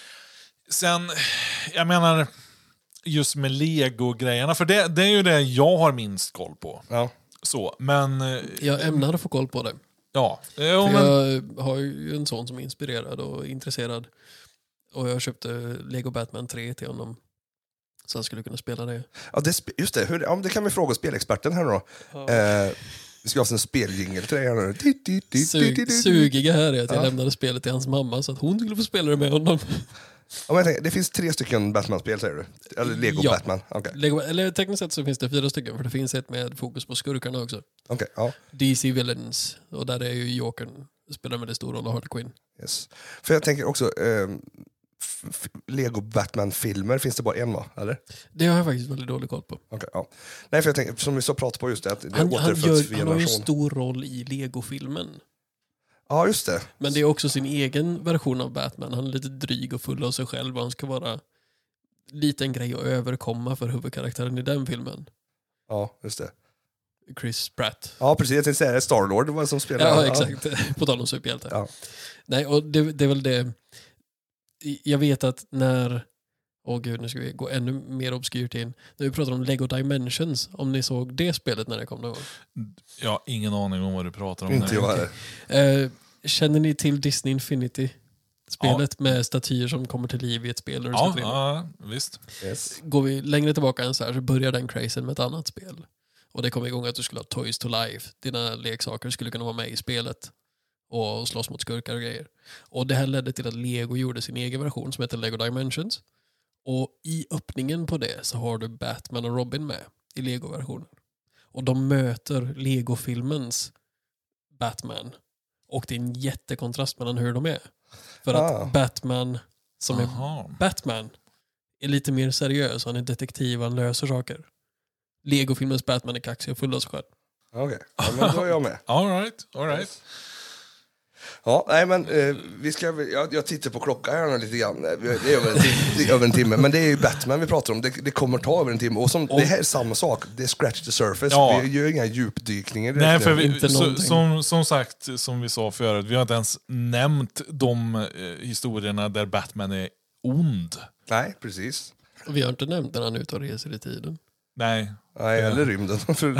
sen, jag menar, just med Lego-grejerna, för det, det är ju det jag har minst koll på. Ja. Så, men... Eh, jag ämnar att få koll på det. Ja. Jo, men... Jag har ju en son som är inspirerad och intresserad. Och jag köpte Lego Batman tre till honom. Så han skulle kunna spela det. Ja, det, just det. Hur, ja, det kan vi fråga spelexperten här då. Ja. Eh, vi ska ha en speljingel till dig här nu. Sug, sugiga här är att jag ja. lämnade spelet till hans mamma så att hon skulle få spela det med honom. Ja, men tänker, det finns tre stycken Batman-spel, säger du? Eller Lego ja. Batman? Okay. Lego, eller tekniskt sett så finns det fyra stycken, för det finns ett med fokus på skurkarna också. Okay, ja. D C Villains, och där är ju Jokern spelar med det stor roll och Harley Quinn. Yes. För jag tänker också, eh, f- Lego Batman-filmer, finns det bara en va? Eller? Det har jag faktiskt väldigt dålig koll på. Okay, ja. Nej, för jag tänker, som vi så pratar på just det, att det han, han, gör, han har ju en generation. stor roll i Lego-filmen. Ja, just det. Men det är också sin egen version av Batman. Han är lite dryg och full av sig själv. Han ska vara liten grej att överkomma för huvudkaraktären i den filmen. Ja, just det. Chris Pratt. Ja, precis. Jag tänkte säga det. Star-Lord var som spelade. Ja, exakt. På tal om superhjälte. Ja. Nej, och det, det är väl det. Jag vet att när... Åh oh gud, nu ska vi gå ännu mer obskyrt in. När vi pratar om Lego Dimensions, om ni såg det spelet när det kom då? Jag har ingen aning om vad du pratar om. Inte jag okay. uh, Känner ni till Disney Infinity-spelet ja. med statyer som kommer till liv i ett spel? Och ja, ja, visst. Yes. Går vi längre tillbaka än så här så börjar den crazen med ett annat spel. Och det kom igång att du skulle ha Toys to Life. Dina leksaker skulle kunna vara med i spelet och slåss mot skurkar och grejer. Och det här ledde till att Lego gjorde sin egen version som heter Lego Dimensions. Och i öppningen på det så har du Batman och Robin med i Lego-versionen. Och de möter Lego-filmens Batman. Och det är en jättekontrast mellan hur de är. För att ah. Batman, som Aha. är Batman, är lite mer seriös. Han är detektiv, han löser saker. Lego-filmens Batman är kaxig och full av sig själv. Okej, okay. Ja, men då är jag med. all right, all right. Ja, nej men eh, vi ska, jag, jag tittar på klockan här lite grann. Det är över en, timme, över en timme. Men det är ju Batman vi pratar om. Det, det kommer ta över en timme. Och som, det här är samma sak. Det är scratch the surface. Ja. Vi gör inga djupdykningar. Nej, för vi, Inte så, någonting. som, som sagt, som vi sa förut, vi har inte ens nämnt de eh, historierna där Batman är ond. Nej, precis. Och vi har inte nämnt när han är ute och reser i tiden. Nej. Nej, eller rymden.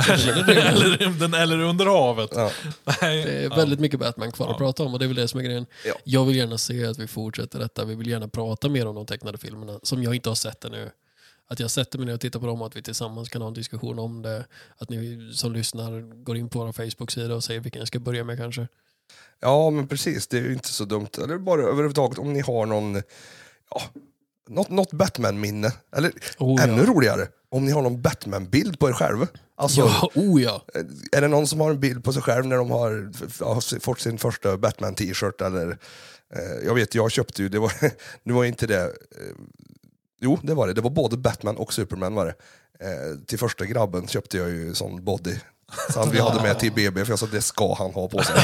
eller rymden, eller under havet. Ja. Nej. Det är väldigt mycket Batman kvar Ja. att prata om och det är väl det som är grejen. Ja. Jag vill gärna se att vi fortsätter detta. Vi vill gärna prata mer om de tecknade filmerna som jag inte har sett ännu. Att jag sätter mig ner och tittar på dem och att vi tillsammans kan ha en diskussion om det. Att ni som lyssnar går in på vår Facebook-sida och säger vilken jag ska börja med kanske. Ja, men precis. Det är ju inte så dumt. Eller bara överhuvudtaget om ni har någon... Ja, något, något Batman-minne. Eller Oh, ännu ja. roligare. Om ni har någon Batman-bild på er själv. Alltså, Ja, oh ja. är det någon som har en bild på sig själv när de har f- har fått sin första Batman-t-shirt? Eller, eh, jag vet, jag köpte ju... Det var, nu var inte det... Eh, jo, det var det. Det var både Batman och Superman var det. Eh, till första grabben köpte jag ju sån body. Så han, vi hade med till B B, för jag sa att det ska han ha på sig.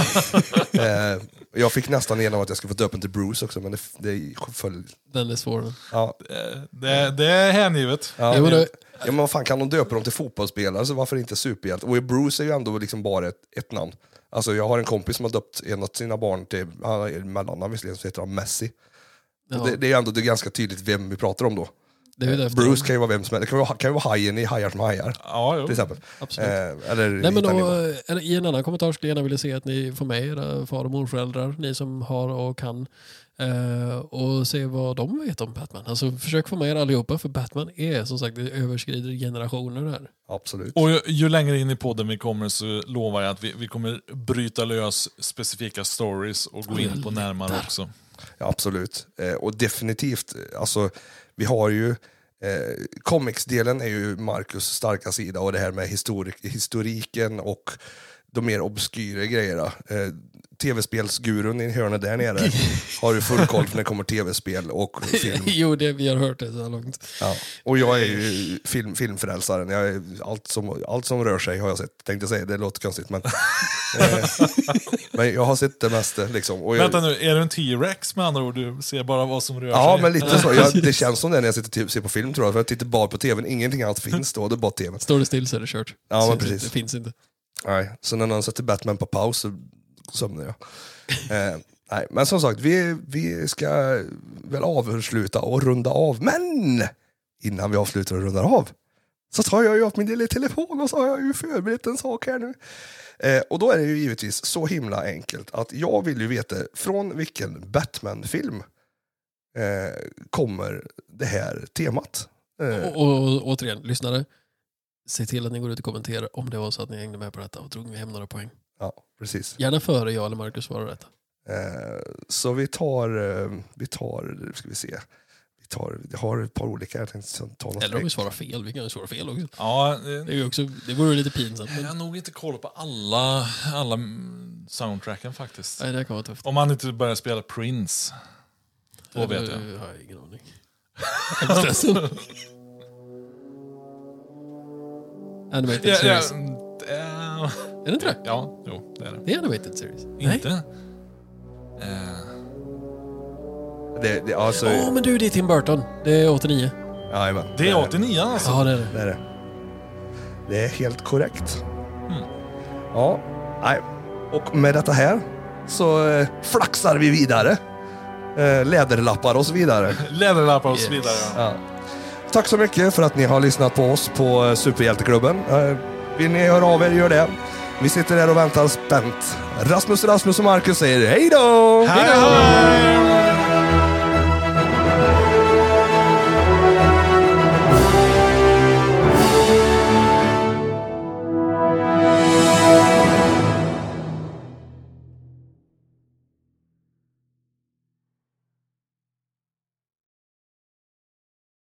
eh, jag fick nästan igenom att jag skulle få döpen till Bruce också, men det, det föll... Den är svår. Ja, Det, det är hängivet. ja, Jag menar, ja, men vad fan, kan de döpa dem till fotbollsspelare, så varför inte superhjälte? Och Bruce är ju ändå liksom bara ett, ett namn. Alltså jag har en kompis som har döpt en av sina barn till, han har mellannamn visserligen, så heter han Messi. ja, Det, det är ju ändå det är ganska tydligt vem vi pratar om då. det är ju därför. Bruce kan ju vara vem som helst. Det kan ju vara, kan ju vara hajen i Hajar som hajar, Ja, jo. till exempel. Absolut. Eh, eller Nej, men hitta då, nivå. eh, i en annan kommentar skulle jag gärna vilja se att ni får med era far- och morföräldrar, ni som har och kan, eh, och se vad de vet om Batman. Alltså försök få med er allihopa, för Batman är som sagt, det överskrider generationer här. Absolut. Och ju, ju längre in i podden vi kommer så lovar jag att vi, vi kommer bryta lös specifika stories och gå in på närmare också. Ja, absolut. Eh, och definitivt, eh, alltså vi har ju eh, comics-delen är ju Marcus starka sida, och det här med historik, historiken och de mer obskyra grejerna. Eh, tv-spelsgurun i hörnet där nere har ju full koll när det kommer tv-spel och film. Jo, det, vi har hört det så här långt. Ja. Och jag är ju film, filmfrälsaren. Jag är, allt, som, allt som rör sig har jag sett, tänkte jag säga. Det låter konstigt, men, eh, men jag har sett det mesta. Liksom. Och jag, Vänta nu, är du en T-Rex med andra ord? Du ser bara vad som rör ja, sig. men lite så. Jag, det känns som det när jag sitter och ser på film, tror jag. För jag tittar bara på tvn. Ingenting annat finns då, det är bara tvn. Står det still så är det kört. Ja, men Så precis. Det finns inte. Nej, så när någon sätter Batman på paus så sömnar jag. eh, nej, men som sagt, vi, vi ska väl avsluta och runda av. Men innan vi avslutar och rundar av så tar jag ju upp min lilla telefon och så har jag ju förberett en sak här nu. Eh, och då är det ju givetvis så himla enkelt att jag vill ju veta från vilken Batman-film eh, kommer det här temat. Eh, Och, och, och återigen, lyssnare, se till att ni går ut och kommenterar om det var så att ni hängde med på detta och drog med hem några poäng. ja, precis. Gärna före jag eller Marcus svarar detta. Eh, så vi tar, eh, vi tar, ska vi se, vi tar, jag har ett par olika, jag tänkte ta något. Eller om vi svarar fel, vi kan ju svara fel också. Ja, Det, är eh, ju också, det vore lite pinsamt. jag Men, har nog inte koll på alla, alla mm, soundtracken faktiskt. nej, det kan vara tufft. Om man inte börjar spela Prince. Då vet jag. Jag har ingen aning. Jag är stressen. Animated Ja, ja, series. det är- Är det inte det? ja, jo, det är det. Det är animated series. Inte? Eh, Det, det, alltså, Åh, men du, det är Tim Burton. Det är åttionio. jajamän, det är åttionio alltså. Ja, det är det. Det är det. Det är helt korrekt. Mm. Ja, nej. Och med detta här så eh, flaxar vi vidare. Eh, läderlappar och så vidare. Läderlappar och så Yes. vidare. Ja. Ja. Tack så mycket för att ni har lyssnat på oss på eh, Superhjälteklubben. Eh, vill ni höra av er, gör det. Vi sitter där och väntar spänt. Rasmus, Rasmus och Marcus säger hej då! Hej, hej!